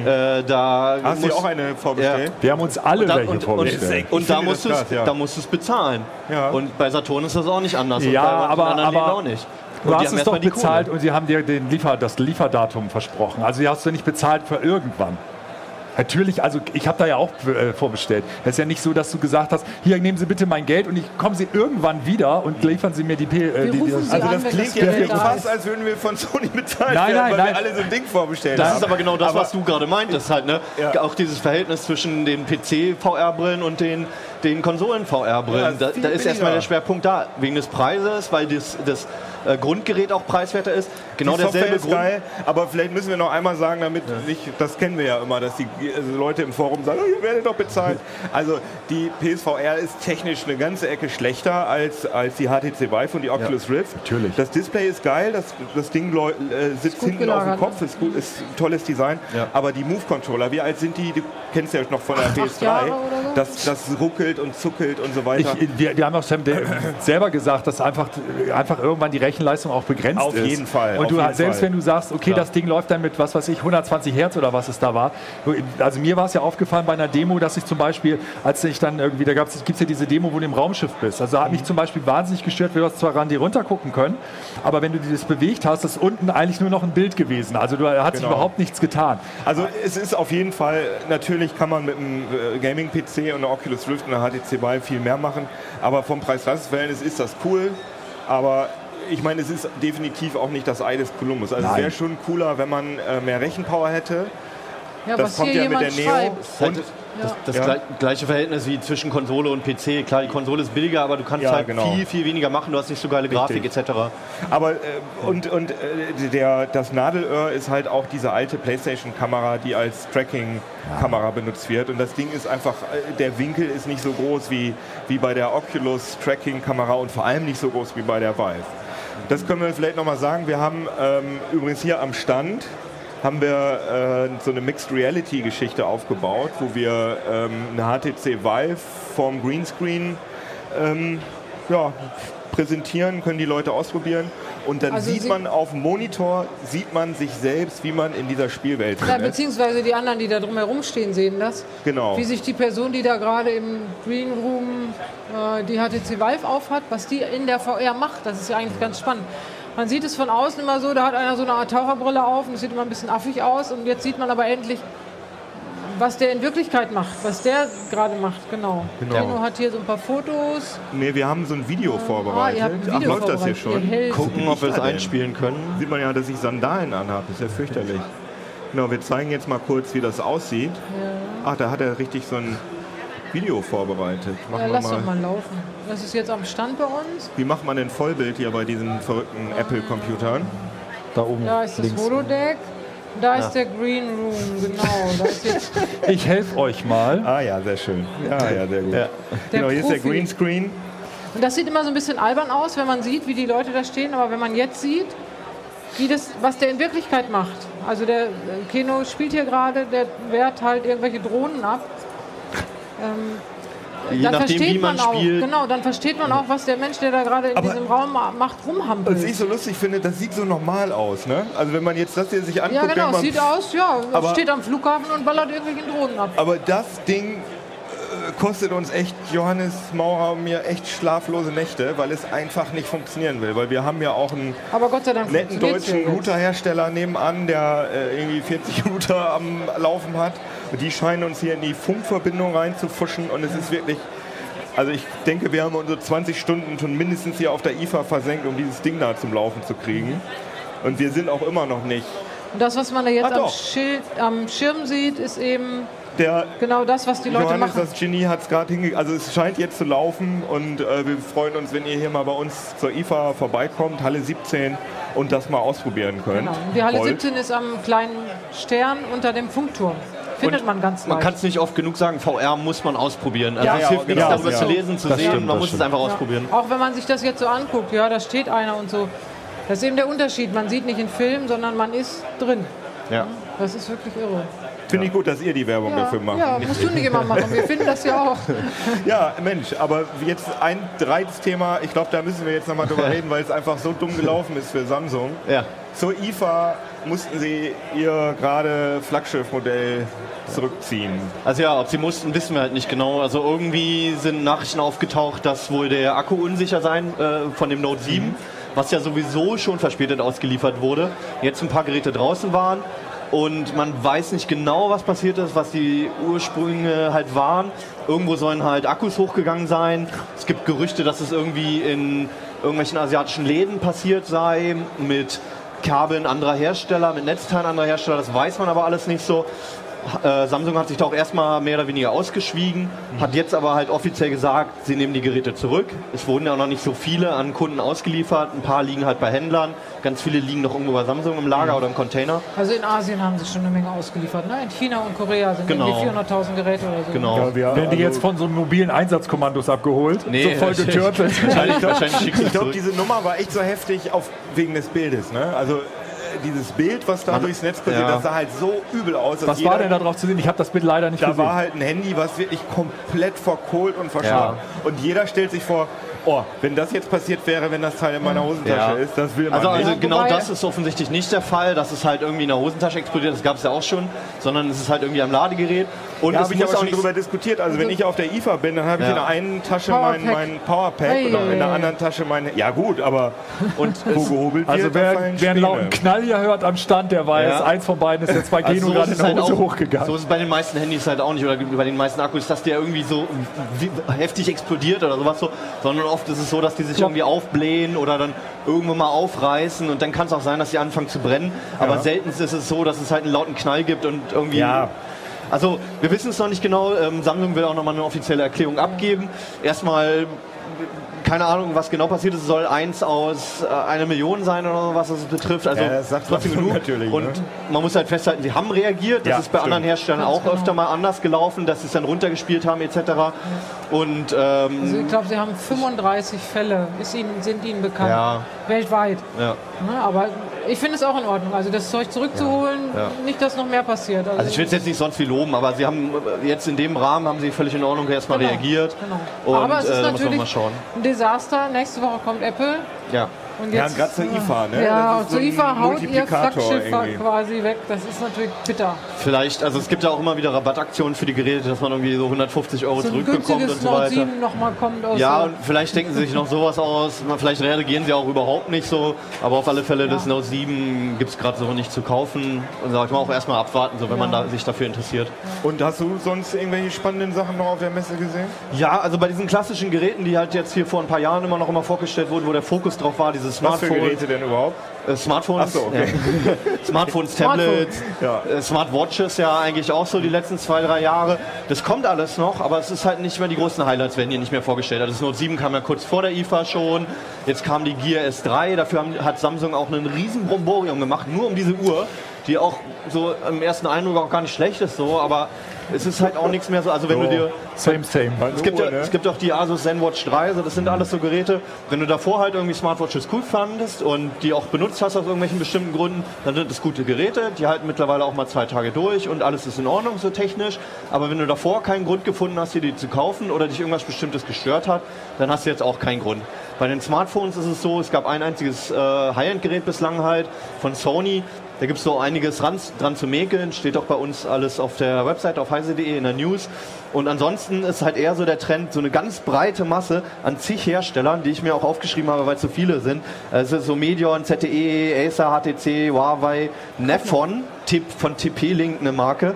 da... Hast du auch eine vorbestellt? Wir haben uns alle welche vorbestellt. Und da musst du es bezahlen. Ja. Und bei Saturn ist das auch nicht anders. Ja, aber auch nicht. Du hast es doch bezahlt und sie haben dir das Lieferdatum versprochen. Also hast du nicht bezahlt für irgendwann. Natürlich, also ich habe da ja auch vorbestellt. Das ist ja nicht so, dass du gesagt hast, hier nehmen Sie bitte mein Geld und ich komme Sie irgendwann wieder und liefern Sie mir die Also das klingt ja fast, als würden wir von Sony bezahlt werden, weil wir alle so ein Ding vorbestellt haben. Das ist aber genau das, was du gerade meintest halt, ne? Ja. Auch dieses Verhältnis zwischen den PC-VR-Brillen und den Konsolen-VR-Brillen. Da ist erstmal der Schwerpunkt da, wegen des Preises, weil das Grundgerät auch preiswerter ist. Genau derselbe Grund. Geil, aber vielleicht müssen wir noch einmal sagen, damit das kennen wir ja immer, dass die Leute im Forum sagen, ihr werdet doch bezahlt. Also die PSVR ist technisch eine ganze Ecke schlechter als die HTC Vive und die Oculus Rift. Natürlich. Das Display ist geil, das Ding sitzt hinten auf dem Kopf, ist ein tolles Design. Ja. Aber die Move-Controller, wie alt sind die? Du kennst ja noch von der PS3. das ruckelt und zuckelt und so weiter. Die haben auch selber gesagt, dass einfach irgendwann die Rechenleistung auch begrenzt ist. Auf jeden Fall. Und selbst wenn du sagst, okay, das Ding läuft dann mit, was weiß ich, 120 Hertz oder was es da war. Also mir war es ja aufgefallen bei einer Demo, dass ich zum Beispiel, als ich dann irgendwie, gibt es ja diese Demo, wo du im Raumschiff bist. Also hat mich zum Beispiel wahnsinnig gestört, wir hast zwar Randy runtergucken können, aber wenn du das bewegt hast, ist unten eigentlich nur noch ein Bild gewesen. Also da hat sich überhaupt nichts getan. Also es ist auf jeden Fall, natürlich kann man mit einem Gaming-PC und einer Oculus Rift und einer HTC Vive viel mehr machen, aber vom Preis-Leistungs-Verhältnis ist das cool, aber ich meine, es ist definitiv auch nicht das Ei des Kolumbus. Also es wäre schon cooler, wenn man mehr Rechenpower hätte. Ja, das kommt ja mit der Neo. Das gleiche Verhältnis wie zwischen Konsole und PC. Klar, die Konsole ist billiger, aber du kannst viel, viel weniger machen. Du hast nicht so geile Grafik etc. Aber das Nadelöhr ist halt auch diese alte PlayStation-Kamera, die als Tracking-Kamera benutzt wird. Und das Ding ist einfach, der Winkel ist nicht so groß wie bei der Oculus Tracking-Kamera und vor allem nicht so groß wie bei der Vive. Das können wir vielleicht nochmal sagen. Wir haben übrigens hier am Stand so eine Mixed Reality Geschichte aufgebaut, wo wir eine HTC Vive vorm Greenscreen präsentieren, können die Leute ausprobieren und dann sieht man auf dem Monitor, sich selbst, wie man in dieser Spielwelt ist. Ja, beziehungsweise die anderen, die da drumherum stehen, sehen das. Genau. Wie sich die Person, die da gerade im Green Room die HTC Vive aufhat, was die in der VR macht, das ist ja eigentlich ganz spannend. Man sieht es von außen immer so, da hat einer so eine Art Taucherbrille auf und es sieht immer ein bisschen affig aus und jetzt sieht man aber endlich, was der in Wirklichkeit macht, was der gerade macht, genau. Kino hat hier so ein paar Fotos. Ne, wir haben so ein Video vorbereitet. Ihr habt ein Video läuft das hier schon? Gucken, ob wir es einspielen können. Sieht man ja, dass ich Sandalen anhabe, das ist ja fürchterlich. Genau, wir zeigen jetzt mal kurz, wie das aussieht. Ja. Ach, da hat er richtig so ein Video vorbereitet. Lass doch mal laufen. Das ist jetzt am Stand bei uns. Wie macht man denn Vollbild hier bei diesen verrückten Apple-Computern? Da oben. Da ist das Holodeck. Da ist der Green Room, genau. Da ist jetzt ich helfe euch mal. Ah ja, sehr schön. Ja, sehr gut. Ja. Genau, hier ist der Greenscreen. Und das sieht immer so ein bisschen albern aus, wenn man sieht, wie die Leute da stehen. Aber wenn man jetzt sieht, was der in Wirklichkeit macht. Also der Keno spielt hier gerade, der wehrt halt irgendwelche Drohnen ab. Je nachdem, wie man spielt. Genau, dann versteht man auch, was der Mensch, der da gerade in diesem Raum macht, rumhampelt. Was ich so lustig finde, das sieht so normal aus, ne? Also wenn man jetzt das hier sich anguckt... Ja, genau, es sieht aus, steht am Flughafen und ballert irgendwelche Drohnen ab. Aber das Ding kostet uns echt, Johannes Maurer und mir, echt schlaflose Nächte, weil es einfach nicht funktionieren will. Weil wir haben ja auch einen netten deutschen Routerhersteller nebenan, der irgendwie 40 Router am Laufen hat. Und die scheinen uns hier in die Funkverbindung reinzufuschen und es ist wirklich, also ich denke, wir haben unsere 20 Stunden schon mindestens hier auf der IFA versenkt, um dieses Ding da zum Laufen zu kriegen. Und wir sind auch immer noch nicht. Und das, was man da jetzt am Schirm sieht, ist eben genau das, was die Leute Johannes, machen. Das Genie hat es gerade hingekriegt. Also es scheint jetzt zu laufen und wir freuen uns, wenn ihr hier mal bei uns zur IFA vorbeikommt, Halle 17, und das mal ausprobieren könnt. Genau. Die Halle 17 ist am kleinen Stern unter dem Funkturm. Findet man ganz leicht. Man kann es nicht oft genug sagen, VR muss man ausprobieren. Also es hilft nichts, darüber zu lesen, zu sehen, man muss es einfach ausprobieren. Auch wenn man sich das jetzt so anguckt, da steht einer und so. Das ist eben der Unterschied. Man sieht nicht in Filmen, sondern man ist drin. Ja. Das ist wirklich irre. Finde ich gut, dass ihr die Werbung dafür macht. Ja, musst du nicht immer machen. Wir finden das ja auch. Ja, Mensch, aber jetzt ein zweites Thema. Ich glaube, da müssen wir jetzt nochmal drüber reden, weil es einfach so dumm gelaufen ist für Samsung. Ja. Zur IFA mussten sie ihr gerade Flaggschiffmodell zurückziehen. Also ob sie mussten, wissen wir halt nicht genau. Also irgendwie sind Nachrichten aufgetaucht, dass wohl der Akku unsicher sein von dem Note 7, was ja sowieso schon verspätet ausgeliefert wurde. Jetzt ein paar Geräte draußen waren. Und man weiß nicht genau, was passiert ist, was die Ursprünge halt waren. Irgendwo sollen halt Akkus hochgegangen sein. Es gibt Gerüchte, dass es irgendwie in irgendwelchen asiatischen Läden passiert sei, mit Kabeln anderer Hersteller, mit Netzteilen anderer Hersteller. Das weiß man aber alles nicht so. Samsung hat sich da auch erstmal mehr oder weniger ausgeschwiegen, hat jetzt aber halt offiziell gesagt, sie nehmen die Geräte zurück. Es wurden ja auch noch nicht so viele an Kunden ausgeliefert. Ein paar liegen halt bei Händlern. Ganz viele liegen noch irgendwo bei Samsung im Lager oder im Container. Also in Asien haben sie schon eine Menge ausgeliefert. Ne? In China und Korea sind irgendwie 400.000 Geräte oder so. Genau. Werden die jetzt von so mobilen Einsatzkommandos abgeholt? Nee, so voll getürtelt? Ich glaube, diese Nummer war echt so heftig wegen des Bildes. Ne? Also dieses Bild, was da durchs Netz passiert, das sah halt so übel aus. Was war denn da drauf zu sehen? Ich habe das Bild leider nicht gesehen. Da war halt ein Handy, was wirklich komplett verkohlt und verschlagen. Und jeder stellt sich vor, oh, wenn das jetzt passiert wäre, wenn das Teil in meiner Hosentasche ist, das will man nicht. Also genau das ist offensichtlich nicht der Fall, dass es halt irgendwie in der Hosentasche explodiert, das gab es ja auch schon, sondern es ist halt irgendwie am Ladegerät. Und habe ich aber schon drüber diskutiert. Also wenn ich auf der IFA bin, dann habe ich in der einen Tasche mein Powerpack und in der anderen Tasche meine... Ja gut, aber und wo gehobelt also wird, wer einen lauten Knall hier hört am Stand, der weiß, eins von beiden ist jetzt bei Geno gerade in der Hose hochgegangen. So ist es bei den meisten Handys halt auch nicht oder bei den meisten Akkus, dass der irgendwie so heftig explodiert oder sowas so, sondern oft ist es so, dass die sich irgendwie aufblähen oder dann irgendwann mal aufreißen und dann kann es auch sein, dass sie anfangen zu brennen. Aber selten ist es so, dass es halt einen lauten Knall gibt und irgendwie... Ja. Also wir wissen es noch nicht genau, Samsung will auch nochmal eine offizielle Erklärung abgeben. Erstmal, keine Ahnung, was genau passiert ist, es soll 1 aus 1 Million sein oder was das betrifft. Also das sagt trotzdem genug. Natürlich, und man muss halt festhalten, sie haben reagiert. Das ist bei anderen Herstellern auch öfter mal anders gelaufen, dass sie es dann runtergespielt haben etc. Und, also ich glaube, sie haben 35 Fälle, sind ihnen bekannt, weltweit. Ja. Na, aber ich finde es auch in Ordnung, also das Zeug zurückzuholen, nicht, dass noch mehr passiert. Also ich will es jetzt nicht sonst wie loben, aber sie haben jetzt in dem Rahmen haben sie völlig in Ordnung erstmal reagiert. Genau. Und, aber es ist natürlich mal schauen. ein Desaster. Nächste Woche kommt Apple. Ja. Und jetzt, gerade zur IFA, ne? Ja, und zur IFA haut ihr Flaggschiff irgendwie quasi weg. Das ist natürlich bitter. Vielleicht, also es gibt ja auch immer wieder Rabattaktionen für die Geräte, dass man irgendwie so 150 € zurückbekommt und so weiter. Note 7 noch mal kommt aus ja, und vielleicht denken sie sich noch sowas aus. Vielleicht reagieren sie auch überhaupt nicht so. Aber auf alle Fälle, das Note 7 gibt es gerade so nicht zu kaufen. Und sag ich mal auch erstmal abwarten, so wenn man sich dafür interessiert. Und hast du sonst irgendwelche spannenden Sachen noch auf der Messe gesehen? Ja, also bei diesen klassischen Geräten, die halt jetzt hier vor ein paar Jahren immer vorgestellt wurden, wo der Fokus drauf war, diese Smartphones. Was für Geräte denn überhaupt? Smartphones. Ach so, okay. Smartphones, Tablets, Smartwatches ja eigentlich auch so die letzten 2-3 Jahre. Das kommt alles noch, aber es ist halt nicht mehr, die großen Highlights werden hier nicht mehr vorgestellt. Also das Note 7 kam ja kurz vor der IFA schon. Jetzt kam die Gear S3. Dafür hat Samsung auch einen riesen Bromborium gemacht, nur um diese Uhr, die auch so im ersten Eindruck auch gar nicht schlecht ist, so, aber es ist halt auch nichts mehr so, also wenn du dir... Same. Es gibt auch die Asus ZenWatch 3, also das sind alles so Geräte, wenn du davor halt irgendwie Smartwatches cool fandest und die auch benutzt hast aus irgendwelchen bestimmten Gründen, dann sind das gute Geräte, die halten mittlerweile auch mal 2 Tage durch und alles ist in Ordnung so technisch, aber wenn du davor keinen Grund gefunden hast, dir die zu kaufen oder dich irgendwas Bestimmtes gestört hat, dann hast du jetzt auch keinen Grund. Bei den Smartphones ist es so, es gab ein einziges High-End-Gerät bislang halt von Sony. Da gibt es so einiges dran zu mäkeln, steht auch bei uns alles auf der Website, auf heise.de in der News. Und ansonsten ist halt eher so der Trend, so eine ganz breite Masse an zig Herstellern, die ich mir auch aufgeschrieben habe, weil es so viele sind. Es ist so Medion, ZTE, Acer, HTC, Huawei, Nefon, von TP-Link eine Marke,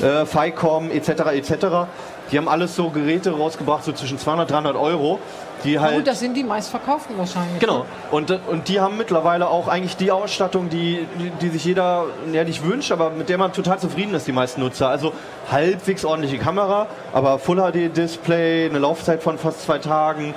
Ficom etc. etc. Die haben alles so Geräte rausgebracht, so zwischen 200, 300 €. Die halt, gut, das sind die meistverkauften wahrscheinlich. Genau. Und die haben mittlerweile auch eigentlich die Ausstattung, die sich jeder nicht wünscht, aber mit der man total zufrieden ist, die meisten Nutzer. Also halbwegs ordentliche Kamera, aber Full-HD-Display, eine Laufzeit von fast 2 Tagen,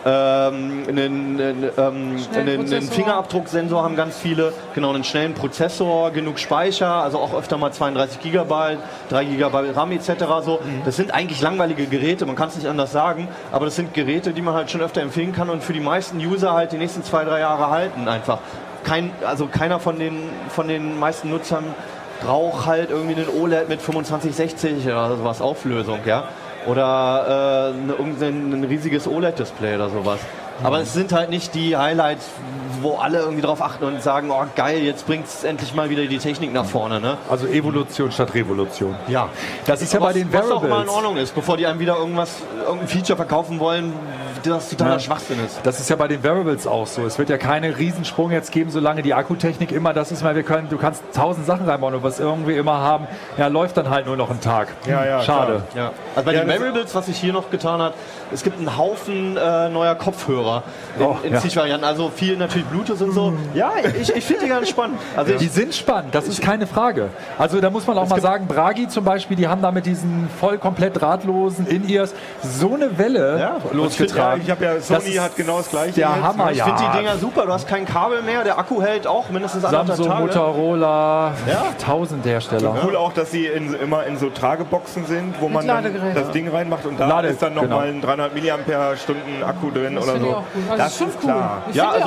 einen Fingerabdrucksensor haben ganz viele, genau, einen schnellen Prozessor, genug Speicher, also auch öfter mal 32 GB, 3 GB RAM etc. So. Das sind eigentlich langweilige Geräte, man kann es nicht anders sagen, aber das sind Geräte, die man halt schon öfter empfehlen kann und für die meisten User halt die nächsten 2-3 Jahre halten einfach. Keiner von den meisten Nutzern braucht halt irgendwie einen OLED mit 2560 oder sowas Auflösung, ja. Oder ein riesiges OLED-Display oder sowas. Aber es sind halt nicht die Highlights, wo alle irgendwie drauf achten und sagen, oh geil, jetzt bringt es endlich mal wieder die Technik nach vorne. Ne? Also Evolution statt Revolution. Ja. Das ist ja bei den Wearables. Was auch immer in Ordnung ist, bevor die einem wieder irgendein Feature verkaufen wollen, das totaler Schwachsinn ist. Das ist ja bei den Wearables auch so. Es wird ja keinen Riesensprung jetzt geben, solange die Akkutechnik immer das ist, weil du kannst 1000 Sachen reinbauen und was irgendwie immer haben, läuft dann halt nur noch einen Tag. Ja, schade. Ja. Also bei den Wearables, was sich hier noch getan hat, es gibt einen Haufen neuer Kopfhörer in Zielvarianten, also viel natürlich Bluetooth und so. Ja, ich finde die ganz spannend. Also die sind spannend, das ist keine Frage. Also da muss man auch mal sagen, Bragi zum Beispiel, die haben da mit diesen komplett drahtlosen In-Ears so eine Welle losgetragen. Ich habe Sony hat genau das Gleiche. Der Hammer, ich finde die Dinger super, du hast kein Kabel mehr, der Akku hält auch mindestens Samsung, Tage. Motorola, 1000 Hersteller. Cool auch, dass sie immer in so Trageboxen sind, wo man dann das Ding reinmacht und da ist dann nochmal ein 300 mAh Akku drin oder so. Also das ist cool. klar. Ja, also die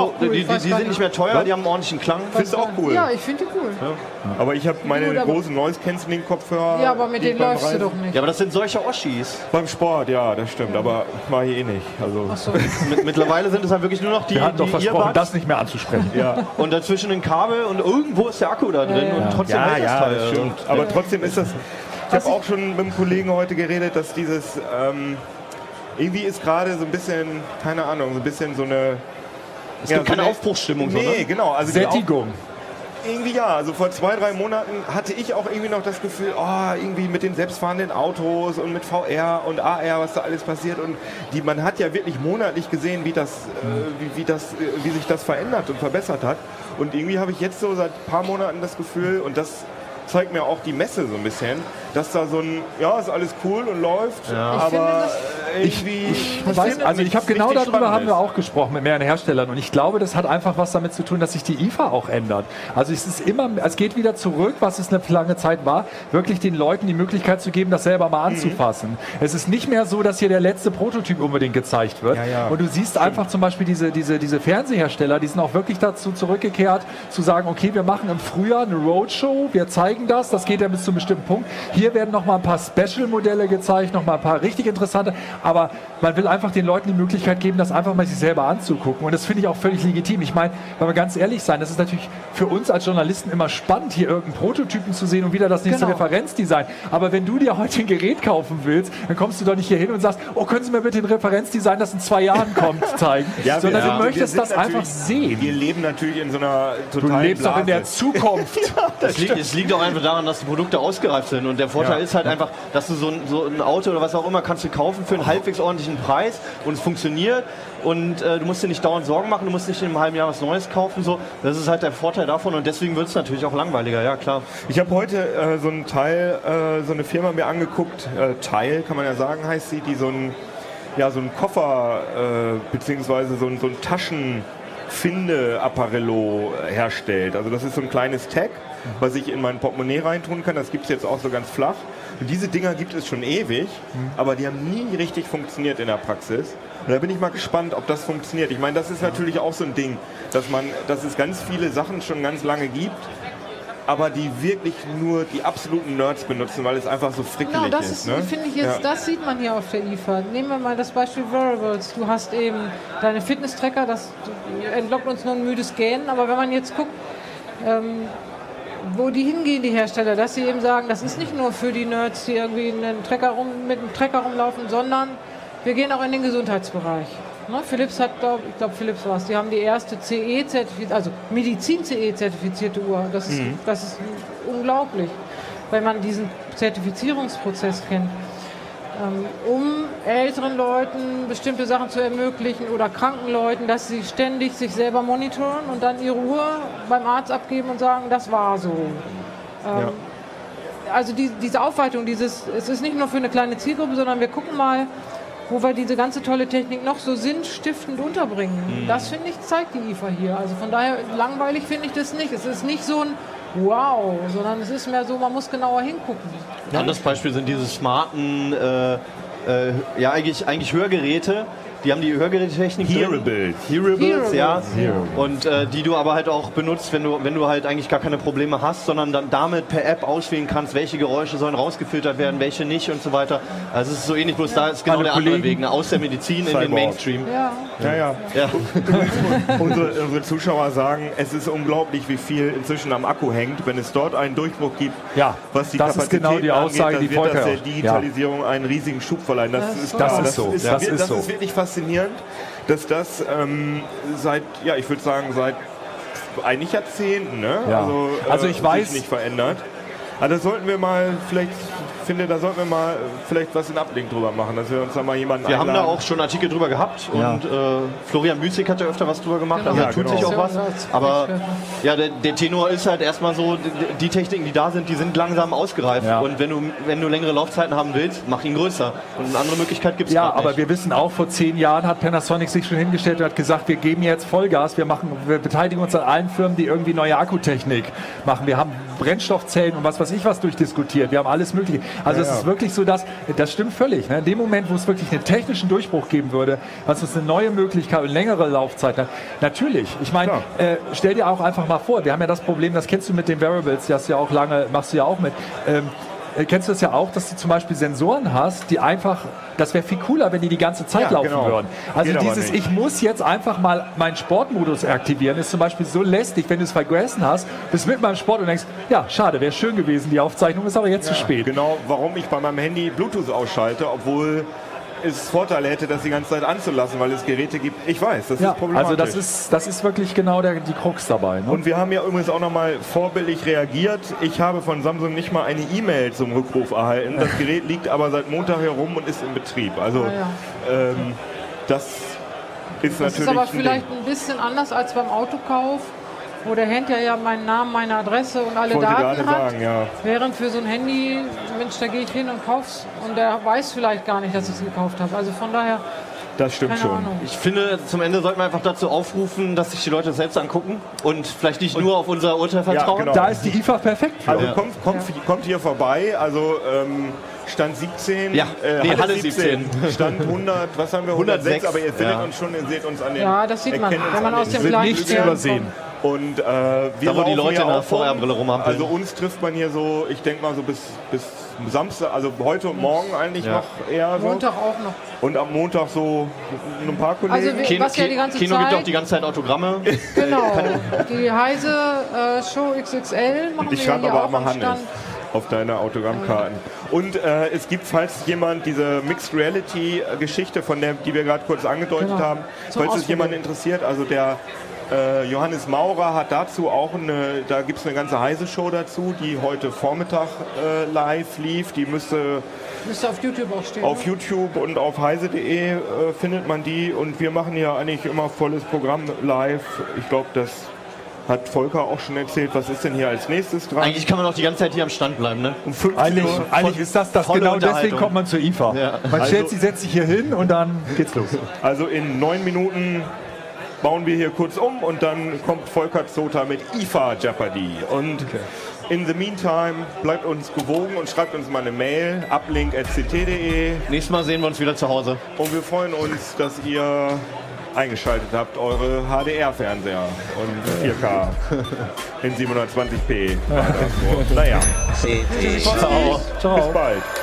die sind nicht mehr teuer, die haben einen ordentlichen Klang. Findest du auch cool? Ja, ich finde die cool. Ja. Aber ich habe meine großen Noise-Canceling-Kopfhörer. Ja, aber mit denen läufst du doch nicht. Ja, aber das sind solche Oschis. Beim Sport, ja, das stimmt. Aber mache ich eh nicht. Also Ach so. Mittlerweile sind es halt wirklich nur noch die. Wir hatten doch versprochen, Earbuds. das nicht mehr anzusprechen. ja. Und dazwischen ein Kabel und irgendwo ist der Akku da drin und trotzdem hält das Teil. das stimmt. Aber trotzdem ist das. Ich habe auch schon mit einem Kollegen heute geredet, dass dieses irgendwie ist gerade so ein bisschen, keine Ahnung, so ein bisschen so eine. Es gibt keine Aufbruchsstimmung. Nee, so, ne? genau. Also Sättigung. Irgendwie ja, also vor 2-3 Monaten hatte ich auch irgendwie noch das Gefühl, irgendwie mit den selbstfahrenden Autos und mit VR und AR, was da alles passiert und man hat ja wirklich monatlich gesehen, wie sich das verändert und verbessert hat und irgendwie habe ich jetzt so seit ein paar Monaten das Gefühl und das zeigt mir auch die Messe so ein bisschen, dass da so ein, ist alles cool und läuft, aber irgendwie... Ich habe genau darüber haben wir auch gesprochen mit mehreren Herstellern und ich glaube, das hat einfach was damit zu tun, dass sich die IFA auch ändert. Also es geht wieder zurück, was es eine lange Zeit war, wirklich den Leuten die Möglichkeit zu geben, das selber mal anzufassen. Es ist nicht mehr so, dass hier der letzte Prototyp unbedingt gezeigt wird. Und du siehst einfach zum Beispiel diese Fernsehersteller, die sind auch wirklich dazu zurückgekehrt, zu sagen, okay, wir machen im Frühjahr eine Roadshow, wir zeigen das geht ja bis zu einem bestimmten Punkt. Hier werden noch mal ein paar Special-Modelle gezeigt, noch mal ein paar richtig interessante, aber man will einfach den Leuten die Möglichkeit geben, das einfach mal sich selber anzugucken und das finde ich auch völlig legitim. Ich meine, wenn wir ganz ehrlich sein, das ist natürlich für uns als Journalisten immer spannend, hier irgendeinen Prototypen zu sehen und wieder das nächste Referenzdesign, aber wenn du dir heute ein Gerät kaufen willst, dann kommst du doch nicht hier hin und sagst, können Sie mir bitte ein Referenzdesign, das in 2 Jahren kommt, zeigen, sondern du möchtest das einfach sehen. Wir leben natürlich in so einer totalen Du lebst doch in der Zukunft. Es liegt auch einfach daran, dass die Produkte ausgereift sind und der Vorteil ist halt einfach, dass du so ein Auto oder was auch immer kannst du kaufen für einen halbwegs ordentlichen Preis und es funktioniert und du musst dir nicht dauernd Sorgen machen, du musst nicht in einem halben Jahr was Neues kaufen, so. Das ist halt der Vorteil davon und deswegen wird es natürlich auch langweiliger, ja klar. Ich habe heute so ein Teil, so eine Firma mir angeguckt, Teil kann man ja sagen, heißt sie, die so einen Koffer beziehungsweise so ein Taschenfinde-Apparello herstellt. Also das ist so ein kleines Tag, was ich in mein Portemonnaie reintun kann. Das gibt es jetzt auch so ganz flach. Und diese Dinger gibt es schon ewig, aber die haben nie richtig funktioniert in der Praxis. Und da bin ich mal gespannt, ob das funktioniert. Ich meine, das ist natürlich auch so ein Ding, dass es ganz viele Sachen schon ganz lange gibt, aber die wirklich nur die absoluten Nerds benutzen, weil es einfach so frickelig das ist. Ne? Finde ich jetzt, das sieht man hier auf der IFA. Nehmen wir mal das Beispiel Wearables. Du hast eben deine Fitness-Tracker, das entlockt uns nur ein müdes Gähnen, aber wenn man jetzt guckt, wo die hingehen, die Hersteller, dass sie eben sagen, das ist nicht nur für die Nerds, die irgendwie mit einem Trecker rumlaufen, sondern wir gehen auch in den Gesundheitsbereich. Ne? Philips hat, ich glaube Philips war es, die haben die erste also Medizin-CE-zertifizierte Uhr. Das ist unglaublich, wenn man diesen Zertifizierungsprozess kennt. Um älteren Leuten bestimmte Sachen zu ermöglichen oder kranken Leuten, dass sie ständig sich selber monitoren und dann ihre Uhr beim Arzt abgeben und sagen, das war so. Also diese Aufweitung, es ist nicht nur für eine kleine Zielgruppe, sondern wir gucken mal, wo wir diese ganze tolle Technik noch so sinnstiftend unterbringen. Das, finde ich, zeigt die IFA hier. Also von daher, langweilig finde ich das nicht. Es ist nicht so ein Wow, sondern es ist mehr so, man muss genauer hingucken. Ein anderes Beispiel sind diese smarten, eigentlich Hörgeräte. Die haben die Hörgerätetechnik Hearables. Hearables, ja. Und die du aber halt auch benutzt, wenn du halt eigentlich gar keine Probleme hast, sondern dann damit per App auswählen kannst, welche Geräusche sollen rausgefiltert werden, welche nicht und so weiter. Also es ist so ähnlich, bloß da ist genau der andere Weg, aus der Medizin in den Mainstream. Ja. Unsere Zuschauer sagen, es ist unglaublich, wie viel inzwischen am Akku hängt. Wenn es dort einen Durchbruch gibt, was die das Kapazität ist genau die Aussage, angeht, die wird das Volker der Digitalisierung einen riesigen Schub verleihen. Das ist wirklich faszinierend, dass das seit eigentlich Jahrzehnten, ne? Also ich weiß, sich nicht verändert. Also da sollten wir mal vielleicht was in Ablink drüber machen, dass wir uns da mal jemanden einladen. Wir haben da auch schon Artikel drüber gehabt und Florian Müßig hat ja öfter was drüber gemacht, also tut sich auch was. Aber der Tenor ist halt erstmal so, die Techniken, die da sind, die sind langsam ausgereift. Und wenn du längere Laufzeiten haben willst, mach ihn größer. Und eine andere Möglichkeit gibt es nicht. Aber wir wissen auch, vor 10 Jahren hat Panasonic sich schon hingestellt und hat gesagt, wir geben jetzt Vollgas, wir beteiligen uns an allen Firmen, die irgendwie neue Akkutechnik machen. Wir haben Brennstoffzellen und was weiß ich was durchdiskutiert. Wir haben alles Mögliche. Also es ist wirklich so, dass, das stimmt völlig. Ne? In dem Moment, wo es wirklich einen technischen Durchbruch geben würde, was uns eine neue Möglichkeit und längere Laufzeit hat, natürlich. Ich meine, stell dir auch einfach mal vor, wir haben ja das Problem, das kennst du mit den Wearables, das ja auch lange, machst du ja auch mit. Kennst du das ja auch, dass du zum Beispiel Sensoren hast, die einfach, das wäre viel cooler, wenn die ganze Zeit laufen würden. Also dieses, ich muss jetzt einfach mal meinen Sportmodus aktivieren, ist zum Beispiel so lästig, wenn du es vergessen hast, bist mit meinem Sport und denkst, ja, schade, wäre schön gewesen, die Aufzeichnung ist aber jetzt zu spät. Genau, warum ich bei meinem Handy Bluetooth ausschalte, obwohl es Vorteile hätte, das die ganze Zeit anzulassen, weil es Geräte gibt. Ich weiß, das ist problematisch. Also das ist wirklich genau die Krux dabei. Ne? Und wir haben ja übrigens auch nochmal vorbildlich reagiert. Ich habe von Samsung nicht mal eine E-Mail zum Rückruf erhalten. Das Gerät liegt aber seit Montag herum und ist in Betrieb. Also das ist natürlich... Das ist aber vielleicht ein bisschen anders als beim Autokauf, wo der Händler ja meinen Namen, meine Adresse und alle Daten hat. Während für so ein Handy, Mensch, da gehe ich hin und kauf's und der weiß vielleicht gar nicht, dass ich es gekauft habe. Also von daher... Das stimmt schon. Ahnung. Ich finde, zum Ende sollten wir einfach dazu aufrufen, dass sich die Leute selbst angucken und vielleicht nicht nur auf unser Urteil vertrauen. Ja, genau. Da ist die IFA perfekt für. Also kommt hier vorbei, also Stand 17, Halle 17. Stand 100, was haben wir, 106, aber ihr findet uns schon, ihr seht uns an den... Ja, das sieht man, wenn man aus dem kleinen nichts übersehen. Und wir da, wo die Leute in der VR-Brille rumhampeln. Also uns trifft man hier so, ich denke mal so bis Samstag, also heute und morgen eigentlich noch eher so. Montag auch noch. Und am Montag so ein paar Kollegen. Also Kino gibt auch die ganze Zeit Autogramme. Genau, die Heise Show XXL machen wir ich schreibe aber auch am Stand. Auf deine Autogrammkarten. Und es gibt, falls jemand diese Mixed Reality Geschichte, die wir gerade kurz angedeutet haben, falls es jemand interessiert, also der Johannes Maurer hat dazu auch da gibt es eine ganze Heise-Show dazu, die heute Vormittag live lief. Die müsste auf YouTube auch stehen. Auf YouTube und auf heise.de findet man die. Und wir machen ja eigentlich immer volles Programm live. Ich glaube, das hat Volker auch schon erzählt. Was ist denn hier als nächstes dran? Eigentlich kann man auch die ganze Zeit hier am Stand bleiben, ne? Um 15 Uhr. Eigentlich ist das genau deswegen kommt man zur IFA. Ja. Man setzt sich hier hin und dann geht's los. Also in 9 Minuten bauen wir hier kurz um und dann kommt Volker Zota mit IFA Jeopardy. Und in the meantime bleibt uns gewogen und schreibt uns mal eine Mail, uplink@ct.de. Nächstes Mal sehen wir uns wieder zu Hause. Und wir freuen uns, dass ihr eingeschaltet habt, eure HDR-Fernseher und 4K in 720p. Naja. Ciao. Bis bald.